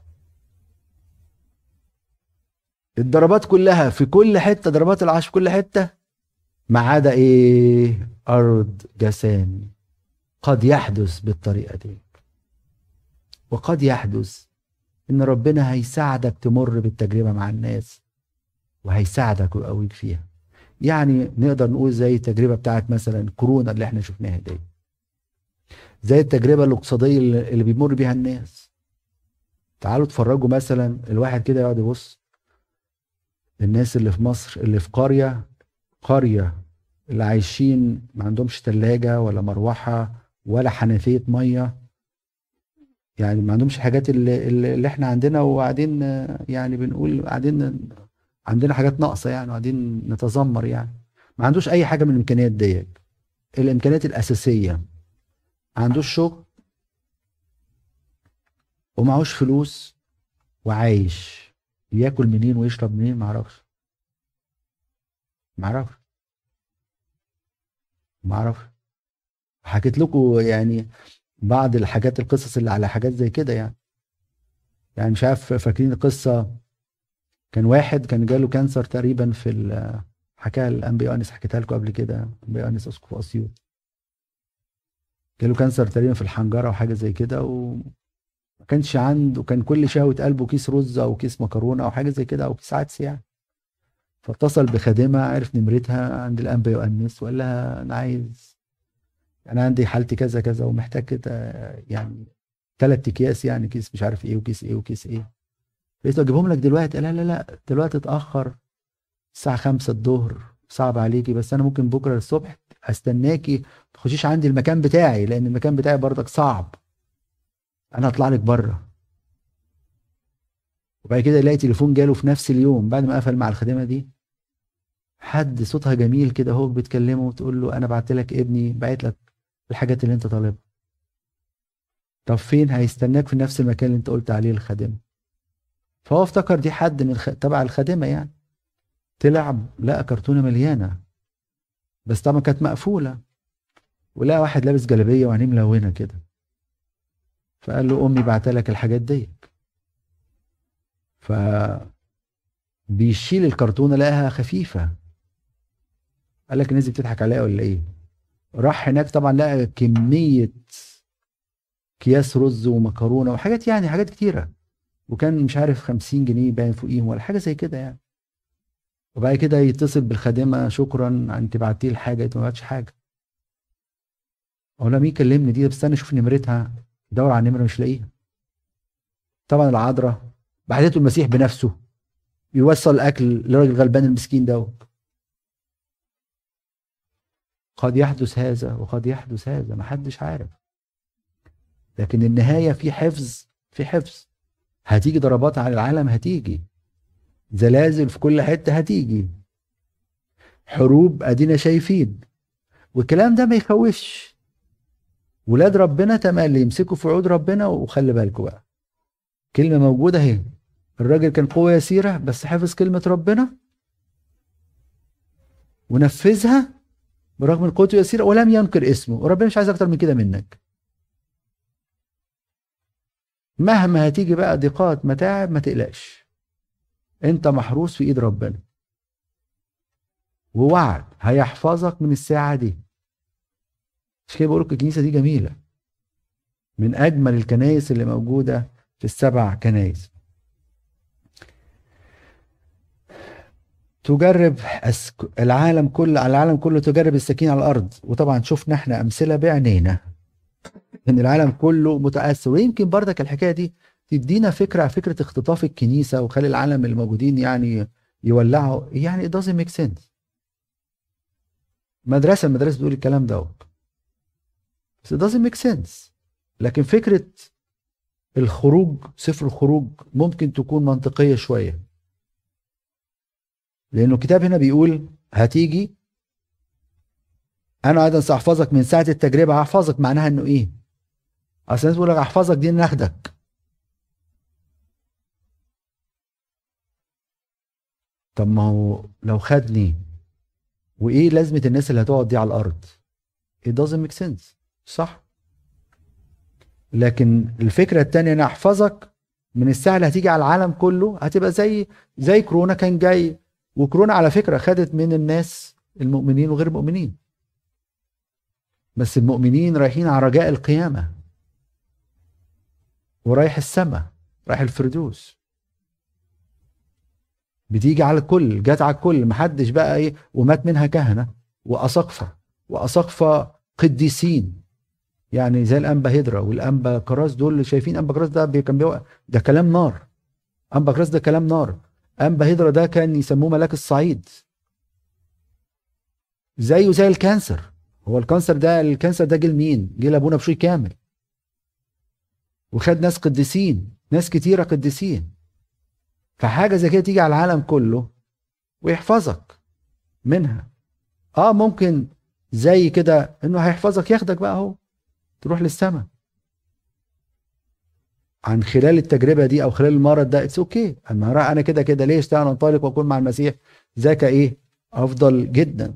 S1: الضربات كلها في كل حتة، ضربات العشر في كل حتة ما عدا ايه؟ ارض جسام. قد يحدث بالطريقة دي، وقد يحدث ان ربنا هيساعدك تمر بالتجربة مع الناس، وهيساعدك ويقويك فيها. يعني نقدر نقول زي التجربة بتاعت مثلا كورونا اللي احنا شفناها دي، زي التجربة الاقتصادية اللي بيمر بيها الناس. تعالوا اتفرجوا مثلا، الواحد كده يقعد يبص الناس اللي في مصر، اللي في قرية اللي عايشين ما عندهمش تلاجة ولا مروحة ولا حنفية مية، يعني ما عندهمش الحاجات اللي احنا عندنا، وقاعدين يعني بنقول قاعدين عندنا حاجات ناقصة يعني، وقاعدين نتذمر يعني. ما عندوش اي حاجة من الامكانيات ديت، الامكانيات الاساسية. ما عندوش شغل ومعهوش فلوس وعايش، ياكل منين ويشرب منين معرفش، معرفش، معرفش. حكيت لكم يعني بعض الحاجات، القصص اللي على حاجات زي كده يعني. يعني مش عارف فاكرين القصة، كان واحد كان جاله كانسر تقريبا في حكاها الانبي انس، حكيتها لكم قبل كده، انبي انس اسقف اسيوط. جاله كانسر تقريبا في الحنجره او حاجه زي كده، وما كانش عنده، كان كل شهوه قلبه كيس رز او كيس مكرونه او حاجه زي كده او كيس عدس يعني. فاتصل بخادمه، عرف نمرتها عند الانبي انس، وقال لها انا عايز، انا عندي حالتي كذا كذا ومحتاج كده يعني 3 اكياس، يعني كيس مش عارف ايه وكيس ايه وكيس ايه. قلت له اجيبهم لك دلوقتي؟ قال لا لا لا، دلوقتي اتاخر، الساعة 5 الظهر صعب عليكي، بس أنا ممكن بكرة الصبح أستناكي، تخشيش عندي المكان بتاعي لأن المكان بتاعي برضك صعب، أنا هطلع لك بره. وبعد كده يلاقي تليفون جاله في نفس اليوم بعد ما قفل مع الخدمة دي، حد صوتها جميل كده هو بتكلمه وتقول له أنا بعت لك ابني، بعت لك الحاجات اللي أنت طالبها. طب فين؟ هيستناك في نفس المكان اللي أنت قلت عليه الخادمة. فهو افتكر دي حد من تبع الخادمة يعني، طلع لقى كرتونة مليانة، بس طبعا كانت مقفولة، ولقى واحد لابس جلابية وعينيه ملونة كده، فقال له امي بعتلك الحاجات دي. فبيشيل الكرتونه لقاها خفيفه، قال لك الناس دي بتضحك عليا ولا ايه؟ راح هناك طبعا لقى كميه اكياس رز ومكرونه وحاجات، يعني حاجات كتيره، وكان مش عارف 50 جنيه باين فوقيهم ولا حاجه زي كده يعني. وبعد كده يتصل بالخادمه، شكرا انت بعتي لي الحاجه، انت ما بعتش حاجه. اقول لها مين كلمني دي؟ استنى اشوف نمرتها، يدور على النمره مش لاقيها. طبعا العذراء بعتته المسيح بنفسه يوصل الاكل للراجل الغلبان المسكين ده. قد يحدث هذا وقد يحدث هذا، محدش عارف. لكن النهايه في حفظ، في حفظ. هتيجي ضربات على العالم، هتيجي زلازل في كل حته، هتيجي حروب ادينا شايفين، والكلام ده ما يخوفش. ولاد ربنا تملي يمسكوا في وعود ربنا. وخلي بالكوا بقى، كلمه موجوده اهي، الراجل كان قوه يسيره بس حفظ كلمه ربنا ونفذها برغم من قوته يسيره ولم ينكر اسمه. وربنا مش عايز اكتر من كده منك. مهما هتيجي بقى ضيقات متاعب ما تقلقش، انت محروس في ايد ربنا، ووعد هيحفظك من الساعه دي. مش كده بقول لك الكنيسه دي جميله، من اجمل الكنائس اللي موجوده في السبع كنائس. تجرب العالم كله، على العالم كله تجرب السكين على الارض. وطبعا شفنا احنا امثله بعينينا ان العالم كله متاثر. ويمكن بردك الحكايه دي تدينا فكره عن فكره اختطاف الكنيسه وخلي العالم الموجودين يعني يولعوا. يعني it doesn't make sense. المدارس بتقول الكلام ده بس it doesn't make sense. لكن فكره الخروج، سفر الخروج، ممكن تكون منطقيه شويه، لانه الكتاب هنا بيقول هتيجي انا ايضا ساحفظك من ساعه التجربه. هحفظك معناها انه ايه؟ اصل الناس بيقول لك احفظك دي ناخدك. طب ما هو لو خدني، وايه لازمه الناس اللي هتقعد دي على الارض؟ it doesn't make sense. صح. لكن الفكره التانية انا احفظك من الساعه اللي هتيجي على العالم كله، هتبقى زي كورونا كان جاي. وكورونا على فكره خدت من الناس المؤمنين وغير المؤمنين، بس المؤمنين رايحين على رجاء القيامه ورايح السماء، رايح الفردوس. بتيجي على الكل، جت على الكل، محدش بقى ايه. ومات منها كهنه واساقفه قديسين، يعني زي الانبا هدرا والانبا كراس. دول اللي شايفين انبا كراس ده كان ده كلام نار. انبا كراس ده كلام نار. انبا هدرا ده كان يسموه ملاك الصعيد، زيه زي الكانسر. هو الكانسر ده جه لمين؟ جه لابونا بشوي كامل، وخد ناس قديسين، ناس كتيره قديسين. فحاجه زي كده تيجي على العالم كله ويحفظك منها. ممكن زي كده انه هيحفظك ياخدك بقى اهو تروح للسماء عن خلال التجربه دي او خلال المرض ده. اتس اوكي. اما انا كده كده ليه اشتغل انطلق واكون مع المسيح؟ ذاك ايه افضل جدا.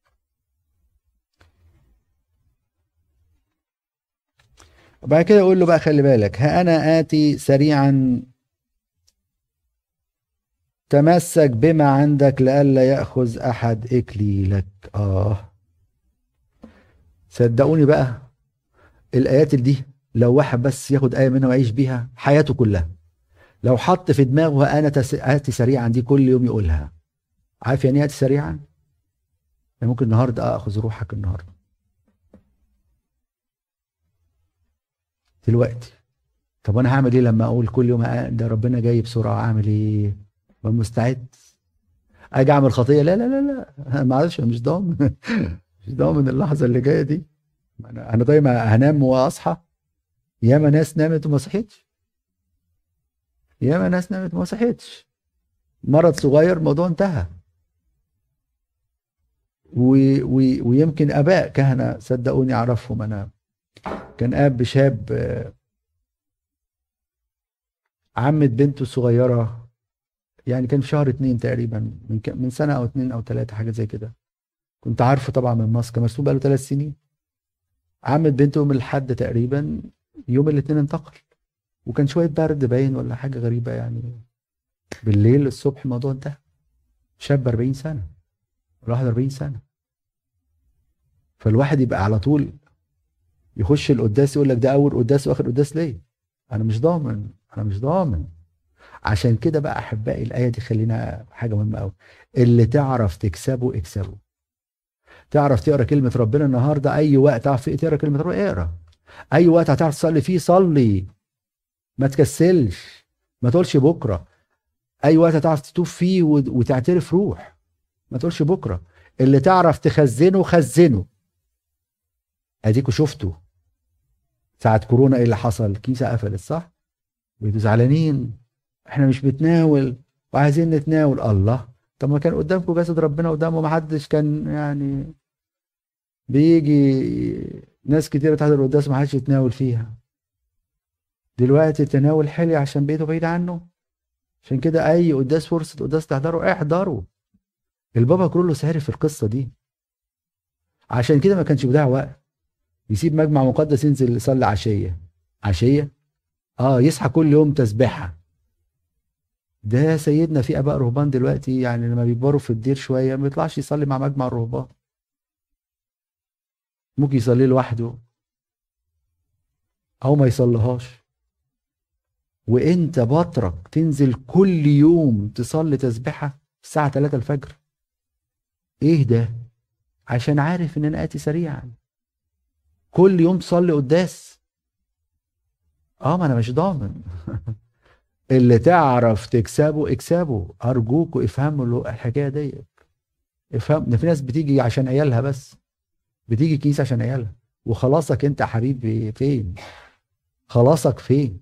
S1: وبعد كده يقول له بقى خلي بالك، ها انا اتي سريعا، تمسك بما عندك لئلا ياخذ احد اكليلك. صدقوني بقى الايات دي لو واحد بس ياخد ايه منها ويعيش بيها حياته كلها، لو حط في دماغه انا اتي سريعا دي كل يوم يقولها. عارف يعني ايه اتي سريعا؟ يعني ممكن النهارده اخذ روحك النهارده دلوقتي. طب انا هعمل ايه لما اقول كل يوم ده ربنا جاي بسرعه؟ اعمل ايه؟ ابقى مستعد. اجي اعمل خطيه؟ لا لا لا لا، معلش مش ضامن. مش ضامن اللحظه اللي جايه دي. انا دايما هنام واصحى. ياما ناس نامت وما صحيتش، ياما ناس نامت وما صحيتش. مرض صغير الموضوع انتهى. ويمكن اباء كهنه صدقوني اعرفهم انا. كان اب شاب عمة بنته الصغيره، يعني كان في شهر 2 تقريبا، من سنه او 2 او 3 حاجه زي كده. كنت عارفه طبعا من مصر، كان مرسوم بقاله 3 سنين. عمة بنته من الحد تقريبا يوم الاثنين انتقل. وكان شويه برد باين ولا حاجه غريبه يعني. بالليل الصبح الموضوع انتهى. شاب 40 سنه ولا 41 سنه. فالواحد يبقى على طول يخش القداس يقول لك ده اول قداس واخر قداس ليه؟ انا مش ضامن، انا مش ضامن. عشان كده بقى احبائي الايه دي خلينا حاجه مهمه قوي. اللي تعرف تكسبه اكسبه. تعرف تقرا كلمه ربنا النهارده، اي وقت تعرف تقرا كلمه ربنا اقرا. اي وقت هتعرف تصلي فيه صلي، ما تكسلش، ما تقولش بكره. اي وقت هتعرف تتوب فيه وتعترف روح، ما تقولش بكره. اللي تعرف تخزنه خزنه. اديكوا شفتوا ساعه كورونا ايه اللي حصل؟ الكنيسه قفلت صح؟ بقيتوا زعلانين، احنا مش بنتناول وعايزين نتناول. الله، طب ما كان قدامكم جسد ربنا قدامه، ما حدش كان يعني بيجي ناس كتيرة تحضر القداس ما حدش يتناول فيها. دلوقتي التناول حلي عشان بيته بعيد عنه. عشان كده اي قداس فرصة قداس تحضروا احضروا. البابا كرولوس عرف القصة دي، عشان كده ما كانش بيضيع وقت. يسيب مجمع مقدس ينزل يصلي عشية. عشية يصحى كل يوم تسبيحة. ده سيدنا في اباء رهبان دلوقتي يعني لما بيكبروا في الدير شوية ما يطلعش يصلي مع مجمع الرهبان، ممكن يصلي لوحده او ما يصليهاش. وانت بطرك تنزل كل يوم تصلي تسبيحة الساعة 3 الفجر. ايه ده؟ عشان عارف ان انا اتي سريعا. كل يوم تصلي قداس. ما انا مش ضامن. اللي تعرف تكسبه اكسبه. ارجوكوا افهموا الحكاية دي. افهم ان في ناس بتيجي عشان عيالها بس، بتيجي كيس عشان عيالها. وخلاصك انت يا حبيبي فين؟ خلاصك فين؟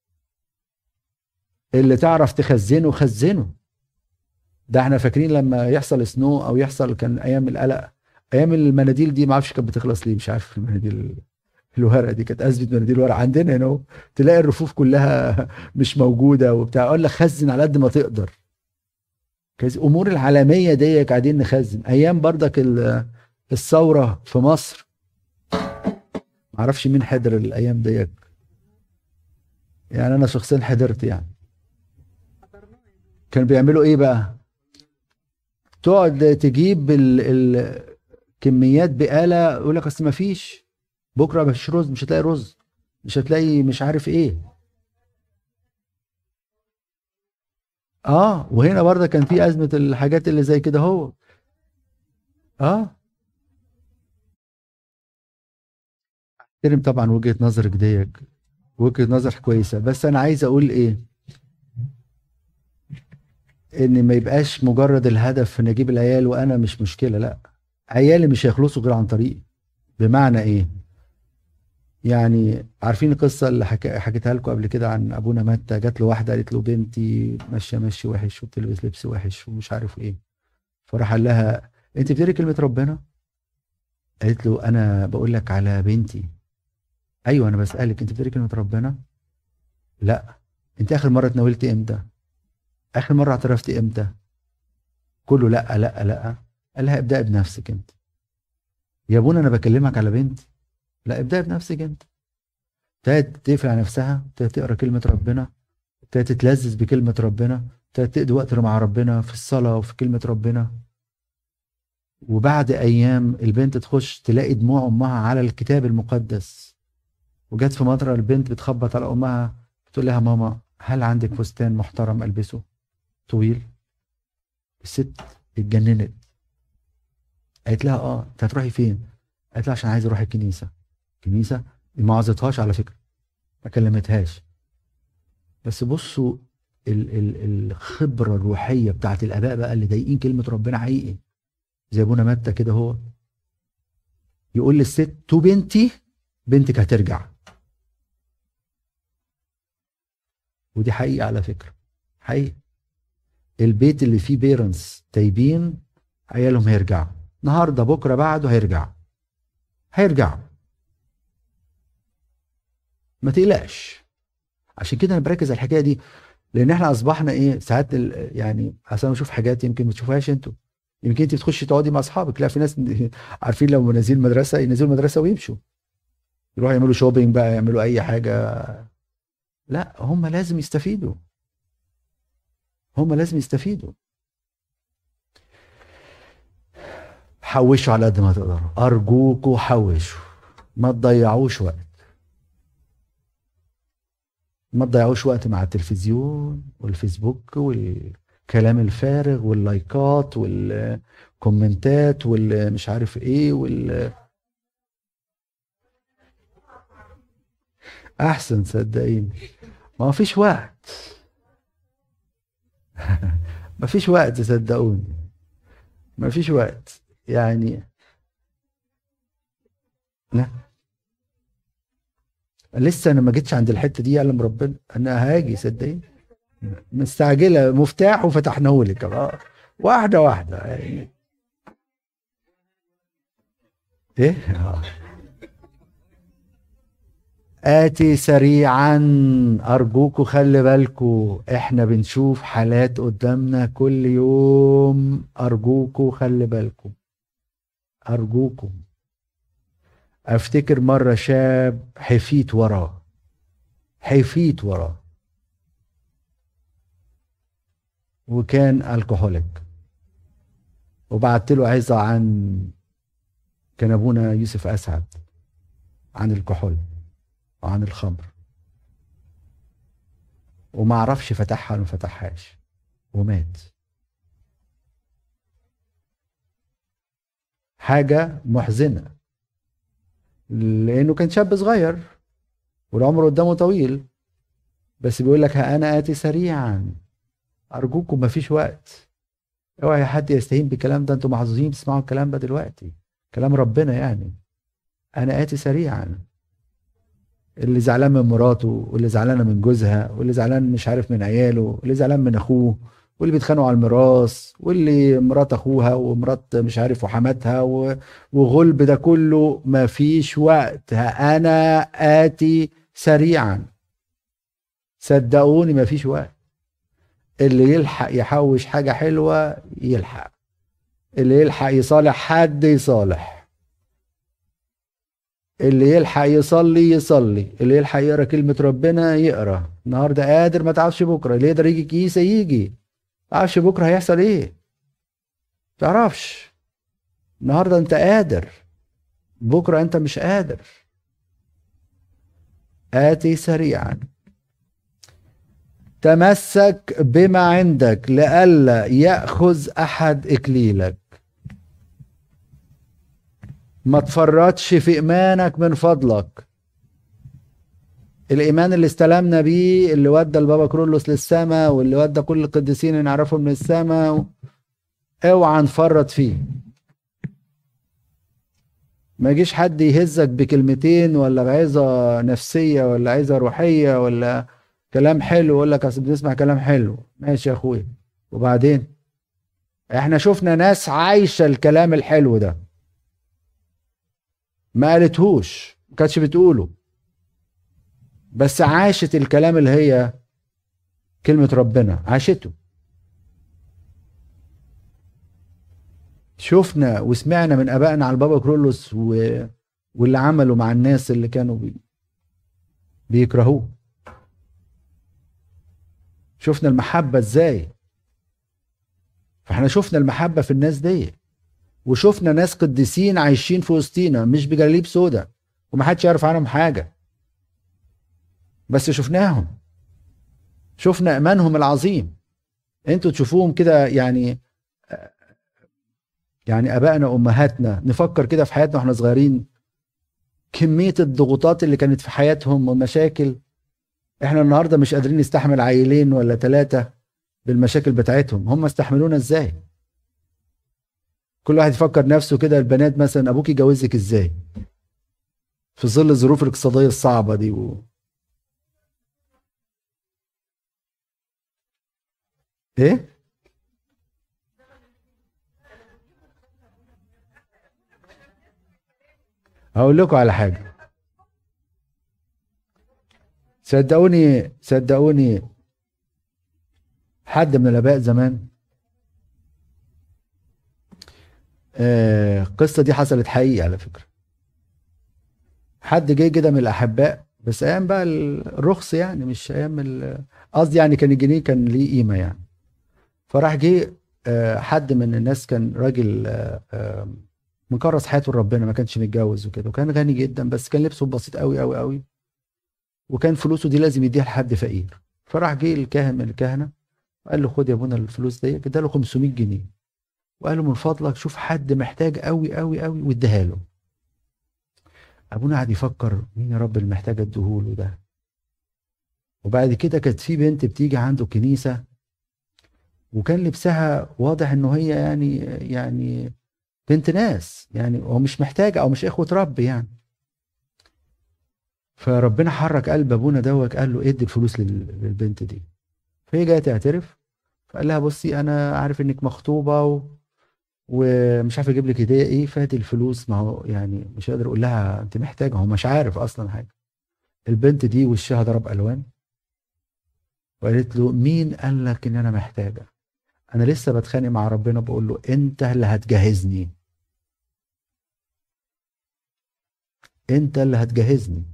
S1: اللي تعرف تخزنه خزنه. ده احنا فاكرين لما يحصل سنو او يحصل، كان ايام القلق، ايام المناديل دي ما اعرفش كانت بتخلص ليه، مش عارف المناديل الورقه دي كانت ازمه. مناديل ورق عندنا هنا تلاقي الرفوف كلها مش موجوده وبتاع، اقول لك خزن على قد ما تقدر. امور العالميه دي قاعدين نخزن. ايام بردك الثوره في مصر، ما اعرفش مين حضر الايام دي، يعني انا شخصيا حضرت يعني. كانوا بيعملوا ايه بقى؟ تقعد تجيب الكميات بآلة، يقول لك اصل ما فيش، بكره مفيش رز، مش هتلاقي رز، مش هتلاقي مش عارف ايه. وهنا برضه كان في ازمه الحاجات اللي زي كده هو. اه احترم طبعا وجهه نظرك ديك، وجهه نظر كويسه، بس انا عايز اقول ايه، ان ما يبقاش مجرد الهدف ان اجيب العيال وانا مش مشكله. لا، عيالي مش هيخلصوا غير عن طريقي. بمعنى ايه؟ يعني عارفين القصه اللي حكيتها لكم قبل كده عن ابونا متى؟ جات له واحده قالت له بنتي ماشيه ماشي وحش وبتلبس لبس وحش ومش عارف ايه. فراح قال لها انت بتقري كلمه ربنا؟ قالت له انا بقول لك على بنتي. ايوه انا بسالك انت بتقري كلمه ربنا؟ لا. انت اخر مره اتناولتي امتى؟ اخر مره اعترفتي امتى؟ كله لا لا لا. قال لها ابدأي بنفسك انت. يا ابونا انا بكلمك على بنتي. لا، ابدأي بنفسك انت. ابتدت تقفل على نفسها، ابتدت تقرا كلمه ربنا، ابتدت تتلذذ بكلمه ربنا، ابتدت تقضي وقت مع ربنا في الصلاه وفي كلمه ربنا. وبعد ايام البنت تخش تلاقي دموع امها على الكتاب المقدس. وجت في مره البنت بتخبط على امها، بتقول لها ماما هل عندك فستان محترم البسه طويل؟ الست اتجننت. قالت لها انت هتروحي فين؟ قالت لها عشان عايزه اروح الكنيسه. كنيسه؟ ما عظتهاش على فكره، ما كلمتهاش. بس بصوا الخبره الروحيه بتاعت الاباء بقى اللي ضايقين كلمه ربنا حقيقي، زي ابونا متى كده. هو يقول للست تو بنتي، بنتك هترجع. ودي حقيقه على فكره، حقيقه. البيت اللي فيه بيرنتس تايبين عيالهم هيرجعوا، النهارده بكره بعده هيرجع، هيرجع. ما تقلقش. عشان كده انا بركز على الحكايه دي، لان احنا اصبحنا ايه ساعات يعني اصل انا بشوف حاجات يمكن ما تشوفهاش انتوا. يمكن انت بتخشي تقعدي مع اصحابك، لا في ناس عارفين لو نازلين مدرسه ينزلوا مدرسه ويمشوا، يروحوا يعملوا شوبينج بقى، يعملوا اي حاجه. لا، هم لازم يستفيدوا، هم لازم يستفيدوا. حوشوا على قد ما تقدروا، ارجوكوا حوشوا، ما تضيعوش وقت، ما تضيعوش وقت مع التلفزيون والفيسبوك والكلام الفارغ واللايكات والكومنتات والمش عارف ايه احسن صدقيني، ما فيش وقت. ما فيش وقت صدقوني، ما فيش وقت يعني. لا لسه انا ما جيتش عند الحته دي، يعلم ربنا انا هاجي صدقني. مستعجله، مفتاح وفتحناه لك واحده واحده يعني. ايه آتي سريعا، أرجوكوا خلي بالكوا، إحنا بنشوف حالات قدامنا كل يوم، أرجوكوا خلي بالكوا، أرجوكوا. أفتكر مرة شاب حفيت وراه، حفيت وراه، وكان الكحوليك، وبعت له عظة عن، كان أبونا يوسف أسعد، عن الكحول وعن الخمر، وما عرفش فتحها ولا ما فتحهاش، ومات. حاجة محزنة، لأنه كان شاب صغير والعمر قدامه طويل، بس بيقول لك ها أنا آتي سريعا، أرجوكم ما فيش وقت. اوعى حد يستهين بالكلام ده، انتوا محظوظين تسمعوا الكلام ده دلوقتي، كلام ربنا يعني. أنا آتي سريعا. اللي زعلان من مراته، واللي زعلانه من جوزها، واللي زعلان مش عارف من عياله، واللي زعلان من اخوه، واللي بيتخانقوا على الميراث، واللي مرات اخوها ومرات مش عارف وحماتها وغلب ده كله، مفيش وقت، ها انا آتي سريعا. صدقوني مفيش وقت. اللي يلحق يحوش حاجة حلوة يلحق، اللي يلحق يصالح حد يصالح، اللي يلحق يصلي يصلي، اللي يلحق يقرا كلمة ربنا يقرا. النهارده قادر، ما تعرفش بكره، اللي يقدر يجي كيسة يجي، ما تعرفش بكره هيحصل ايه، ما تعرفش. النهارده انت قادر، بكره انت مش قادر. آتي سريعا. تمسك بما عندك لئلا يأخذ أحد إكليلك. ما تفرطش في إيمانك من فضلك. الإيمان اللي استلمنا بيه، اللي ودى البابا كرولوس للسماء، واللي ودى كل القديسين اللي نعرفهم من السماء، اوعى نفرط فيه. ما يجيش حد يهزك بكلمتين، ولا بعظة نفسية، ولا عظة روحية، ولا كلام حلو، يقول لك اصل بنسمع كلام حلو. ماشي يا اخويا، وبعدين احنا شفنا ناس عايشة الكلام الحلو ده، ما قالتهوش، ما كانتش بتقوله، بس عاشت الكلام اللي هي كلمة ربنا، عاشته. شفنا وسمعنا من ابائنا على البابا كرولوس واللي عملوا مع الناس اللي كانوا بيكرهوه. شفنا المحبة ازاي، فاحنا شفنا المحبة في الناس دي، وشفنا ناس قديسين عايشين في وسطينا مش بجليب سودا، ومحدش يعرف عنهم حاجة، بس شفناهم، شفنا ايمانهم العظيم. انتوا تشوفوهم كده يعني، يعني ابائنا وامهاتنا، نفكر كده في حياتنا واحنا صغيرين، كمية الضغوطات اللي كانت في حياتهم والمشاكل. احنا النهاردة مش قادرين نستحمل عيلين ولا ثلاثة بالمشاكل بتاعتهم، هم استحملونا ازاي؟ كل واحد يفكر نفسه كده. البنات مثلا، ابوك يجوزك ازاي في ظل الظروف الاقتصادية الصعبة دي ايه؟ هقول لكم على حاجة، صدقوني صدقوني، حد من الاباء زمان، القصة دي حصلت حقيقي على فكرة. حد جه كده من الاحباء، بس ايام بقى الرخص يعني، مش ايام قصدي يعني كان الجنيه كان ليه قيمة يعني. فراح جه حد من الناس، كان راجل مكرس حياته لربنا، ما كانش متجوز وكده، وكان غني جدا بس كان لبسه بسيط قوي قوي قوي، وكان فلوسه دي لازم يديها لحد فقير. فراح جه الكاهن من الكهنه وقال له خد يا ابونا الفلوس دي، اداله له 500 جنيه، وقال له من فضلك شوف حد محتاج قوي قوي قوي واديها له. ابونا قعد يفكر مين يا رب اللي محتاج اديهوله ده. وبعد كده كانت في بنت بتيجي عنده كنيسه، وكان لبسها واضح انه هي يعني بنت ناس، يعني هو مش محتاجه او مش اخوه رب يعني. فربنا حرك قلب ابونا دوت، قال له ادي الفلوس للبنت دي. فهي جايه تعترف، فقال لها بصي انا عارف انك مخطوبه ومش عارف اجيب لك هديه ايه، فهاتي الفلوس. ما هو يعني مش قادر اقول لها انت محتاجه، هو مش عارف اصلا حاجه. البنت دي وشها ضرب الوان، وقالت له مين قال لك ان انا محتاجه؟ انا لسه بتخانق مع ربنا بقول له انت اللي هتجهزني، انت اللي هتجهزني.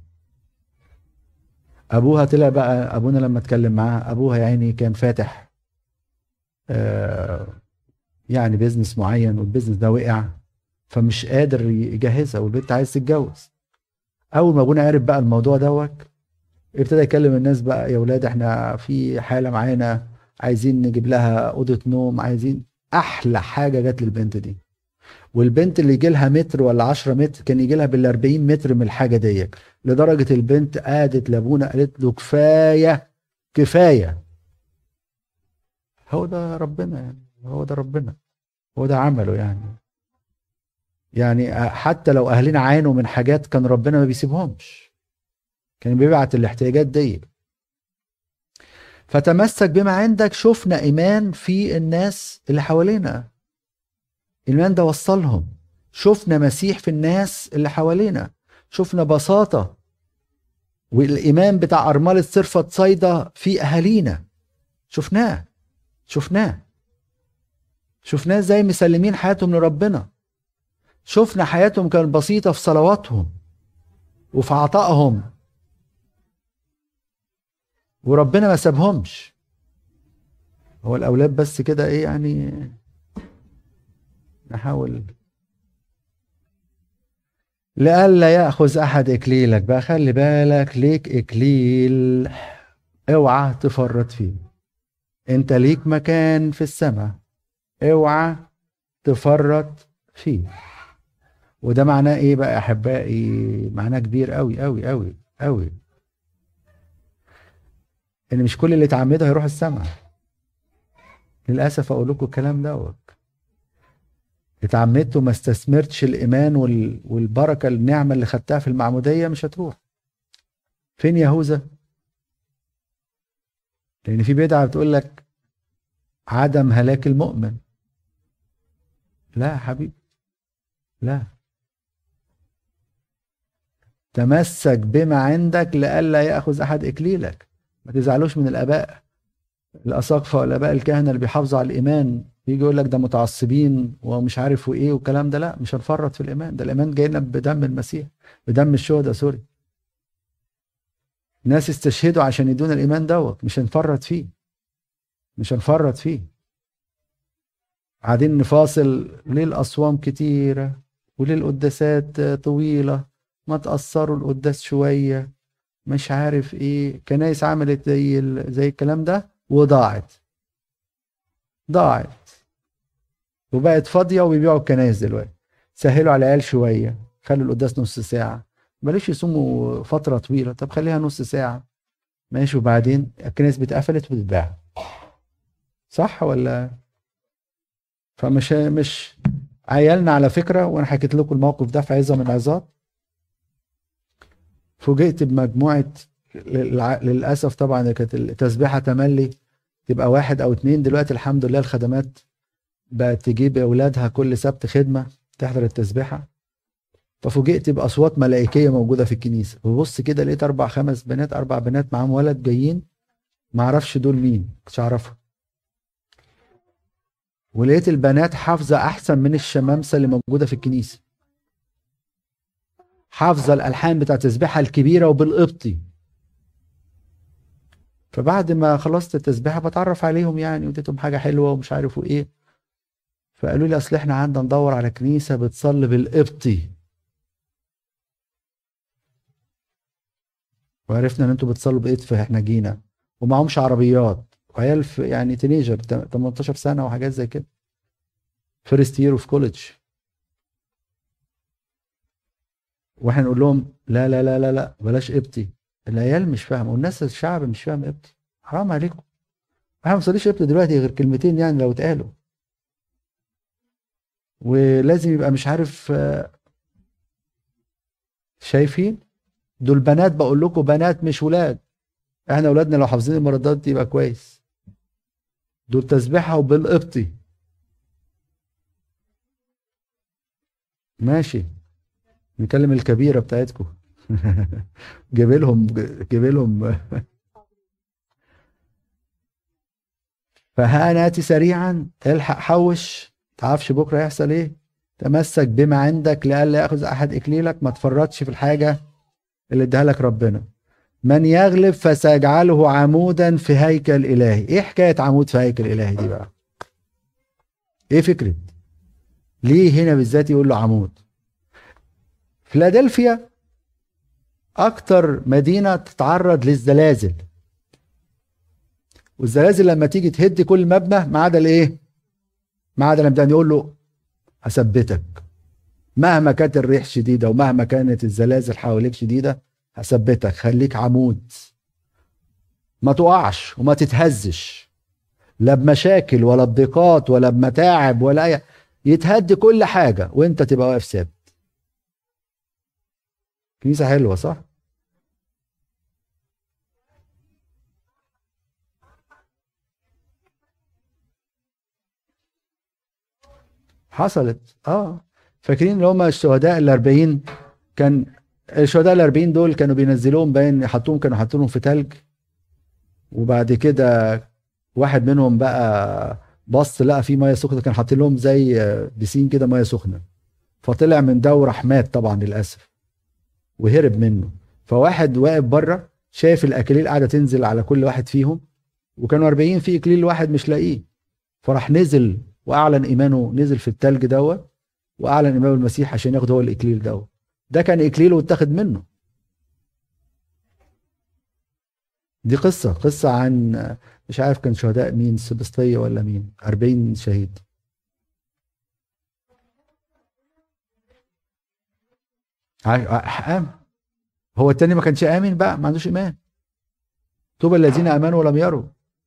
S1: ابوها طلع بقى، ابونا لما اتكلم معاها، ابوها يعني كان فاتح آه يعني بيزنس معين، والبيزنس ده وقع، فمش قادر يجهزها، والبنت عايز تتجوز. اول ما ابونا عرف بقى الموضوع دوت، ابتدى يكلم الناس بقى، يا ولاد احنا في حالة معانا عايزين نجيب لها أوضة نوم، عايزين أحلى حاجة جت للبنت دي. والبنت اللي يجي لها متر ولا 10 متر كان يجي لها بال40 متر من الحاجة دي، لدرجة البنت قعدت لابونا قالت له كفاية كفاية. هو ده ربنا يعني، هو ده ربنا، هو ده عمله يعني. يعني حتى لو أهلنا عانوا من حاجات كان ربنا ما بيسيبهمش، كان بيبعت الاحتياجات دي. فتمسك بما عندك. شفنا ايمان في الناس اللي حوالينا، الايمان ده وصلهم. شفنا مسيح في الناس اللي حوالينا، شفنا بساطة والايمان بتاع ارملة صرفة صيدا في اهالينا. شفناه شفناه شفناه ازاي مسلمين حياتهم لربنا. شفنا حياتهم كانت بسيطة في صلواتهم وفي عطائهم، وربنا ما سابهمش. هو الاولاد بس كده ايه يعني، نحاول لئلا يأخذ أحد إكليلك. بقى خلي بالك ليك إكليل، اوعى تفرط فيه. انت ليك مكان في السماء، اوعى تفرط فيه. وده معناه ايه بقى يا احبائي؟ معناه كبير قوي قوي قوي قوي، ان مش كل اللي اتعمدوا هيروح السماء. للاسف اقول لكم الكلام دوت، اتعمدت وما استثمرتش الايمان والبركه النعمه اللي خدتها في المعموديه، مش هتروح. فين يهوذا؟ لان في بدعه بتقول لك عدم هلاك المؤمن. لا يا حبيبي، لا. تمسك بما عندك لئلا يأخذ أحد إكليلك. ما تزعلوش من الآباء الأساقفة والآباء الكهنة اللي بيحافظوا على الإيمان، يجي يقول لك ده متعصبين ومش عارف وإيه والكلام ده. لا، مش هنفرط في الإيمان، ده الإيمان جاي لنا بدم المسيح، بدم الشهداء، سوري. ناس استشهدوا عشان يدونا الإيمان دوت، مش هنفرط فيه، مش هنفرط فيه. قاعدين نفاصل ليه؟ الأصوام كتيرة وليه القداسات طويلة، ما تقصروا القداس شوية، مش عارف ايه. كنايس عملت زي الكلام ده وضاعت، ضاعت وبقت فاضية، وبيبيعوا الكنايس دلوقتي. سهلوا على العيال شوية، خلوا القداس نص ساعة، بلاش يصوموا فترة طويلة، طب خليها نص ساعة ماشي. وبعدين الكنايس بتقفلت وبتتباع، صح ولا؟ مش عيالنا على فكرة، وانا حكيت لكم الموقف ده في عظة من العظات. فوجئت بمجموعة، للأسف طبعا كانت التسبيحة تملي تبقى واحد أو اتنين. دلوقتي الحمد لله الخدمات بقت تجيب أولادها كل سبت خدمة تحضر التسبيحة. ففوجئت بأصوات ملائكية موجودة في الكنيسة، وبص كده لقيت 4 5 بنات، 4 بنات معاهم ولد جايين، معرفش دول مين، كنتش أعرفهم. ولقيت البنات حافظة أحسن من الشمامسة اللي موجودة في الكنيسة، حافظة الألحان بتاع التسبيحة الكبيرة وبالقبطي. فبعد ما خلصت التسبيحة بتعرف عليهم يعني، وديتهم حاجة حلوة ومش عارف ايه. فقالوا لي اصل احنا عندنا ندور على كنيسه بتصلي بالقبطي، وعرفنا ان انتوا بتصلوا بايد، فاحنا جينا ومعهمش عربيات، وعيال يعني تينيجر 18 سنه وحاجات زي كده، فيرست يير اوف كوليدج. واحنا نقول لهم لا لا لا لا لا بلاش قبطي، العيال مش فاهمه والناس الشعب مش فاهم قبطي، حرام عليكم. احنا ما بنصليش قبطي دلوقتي غير كلمتين يعني لو اتقالوا، ولازم يبقى مش عارف شايفين دول بنات، بقول لكم بنات مش ولاد، احنا اولادنا لو حافظين المردات دي يبقى كويس، دول تسبيحه وبالقبطي. ماشي، نكلم الكبيره بتاعتكم. جيب لهم. فها انا اتي سريعا، الحق حوش، تعرفش بكره يحصل ايه. تمسك بما عندك لئلا ياخذ احد اكليلك، ما تفرطش في الحاجه اللي اداها لك ربنا. من يغلب فسيجعله عمودا في هيكل الهي. ايه حكايه عمود في هيكل الهي دي بقى؟ ايه فكره؟ ليه هنا بالذات يقول له عمود؟ فيلادلفيا اكتر مدينه تتعرض للزلازل، والزلازل لما تيجي تهد كل مبنى ما عدا الايه؟ ما عدا لما يقول له هثبتك، مهما كانت الريح شديده ومهما كانت الزلازل حواليك شديده هثبتك، خليك عمود، ما تقعش وما تتهزش، لا بمشاكل ولا بضيقات ولا بمتاعب ولا اي، يتهد كل حاجه وانت تبقى واقف ثابت. كنيسه حلوه صح؟ حصلت فاكرين اللي هم الشهداء ال40؟ كان الشهداء ال40 دول كانوا بينزلوهم باين يحطوهم، كانوا حاطينهم في تلج، وبعد كده واحد منهم بقى بص لقى فيه ميه سخنه، كان حاطين لهم زي بسين كده ميه سخنه، فطلع من ده وراح مات طبعا للاسف وهرب منه. فواحد واقف بره شايف الاكاليل قاعده تنزل على كل واحد فيهم، وكانوا 40 في اكليل واحد مش لاقيه، فراح نزل واعلن ايمانه، نزل في التلج دوت واعلن ايمانه المسيح عشان ياخد هو الاكليل دوت. ده كان اكليله واتاخد منه. دي قصه عن مش عارف كان شهداء مين، سبسطيه ولا مين، 40 شهيد. آمن. هو التاني ما كانش آمن بقى، ما عندوش إيمان. طوبى الذين آمنوا ولم يروا.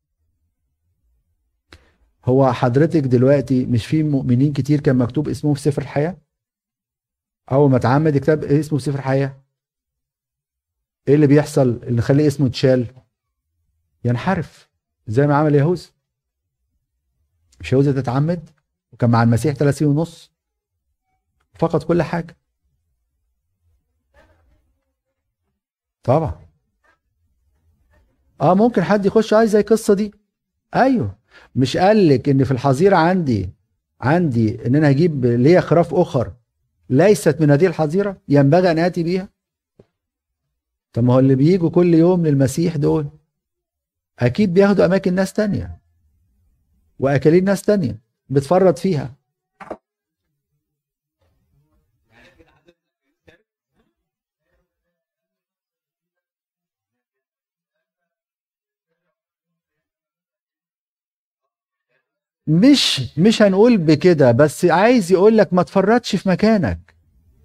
S1: هو حضرتك دلوقتي مش في مؤمنين كتير كان مكتوب اسمهم في سفر الحياة؟ أول ما اتعمد كتاب اسمه في سفر الحياة. إيه اللي بيحصل اللي خليه اسمه اتشال؟ ينحرف زي ما عمل يهوذا. مش يهوذا تتعمد وكان مع المسيح 3 سنين ونص، فقد كل حاجة. طبعا ممكن حد يخش زي القصة دي. ايوه، مش قال لك ان في الحظيره عندي ان انا هجيب ليا خراف اخر ليست من هذه الحظيره ينبغي ان اتي بيها؟ طب ما هو اللي بيجوا كل يوم للمسيح دول اكيد بياخدوا اماكن ناس تانية واكاليل ناس تانية بتفرط فيها. مش هنقول بكده، بس عايز يقول لك ما تفرطش في مكانك،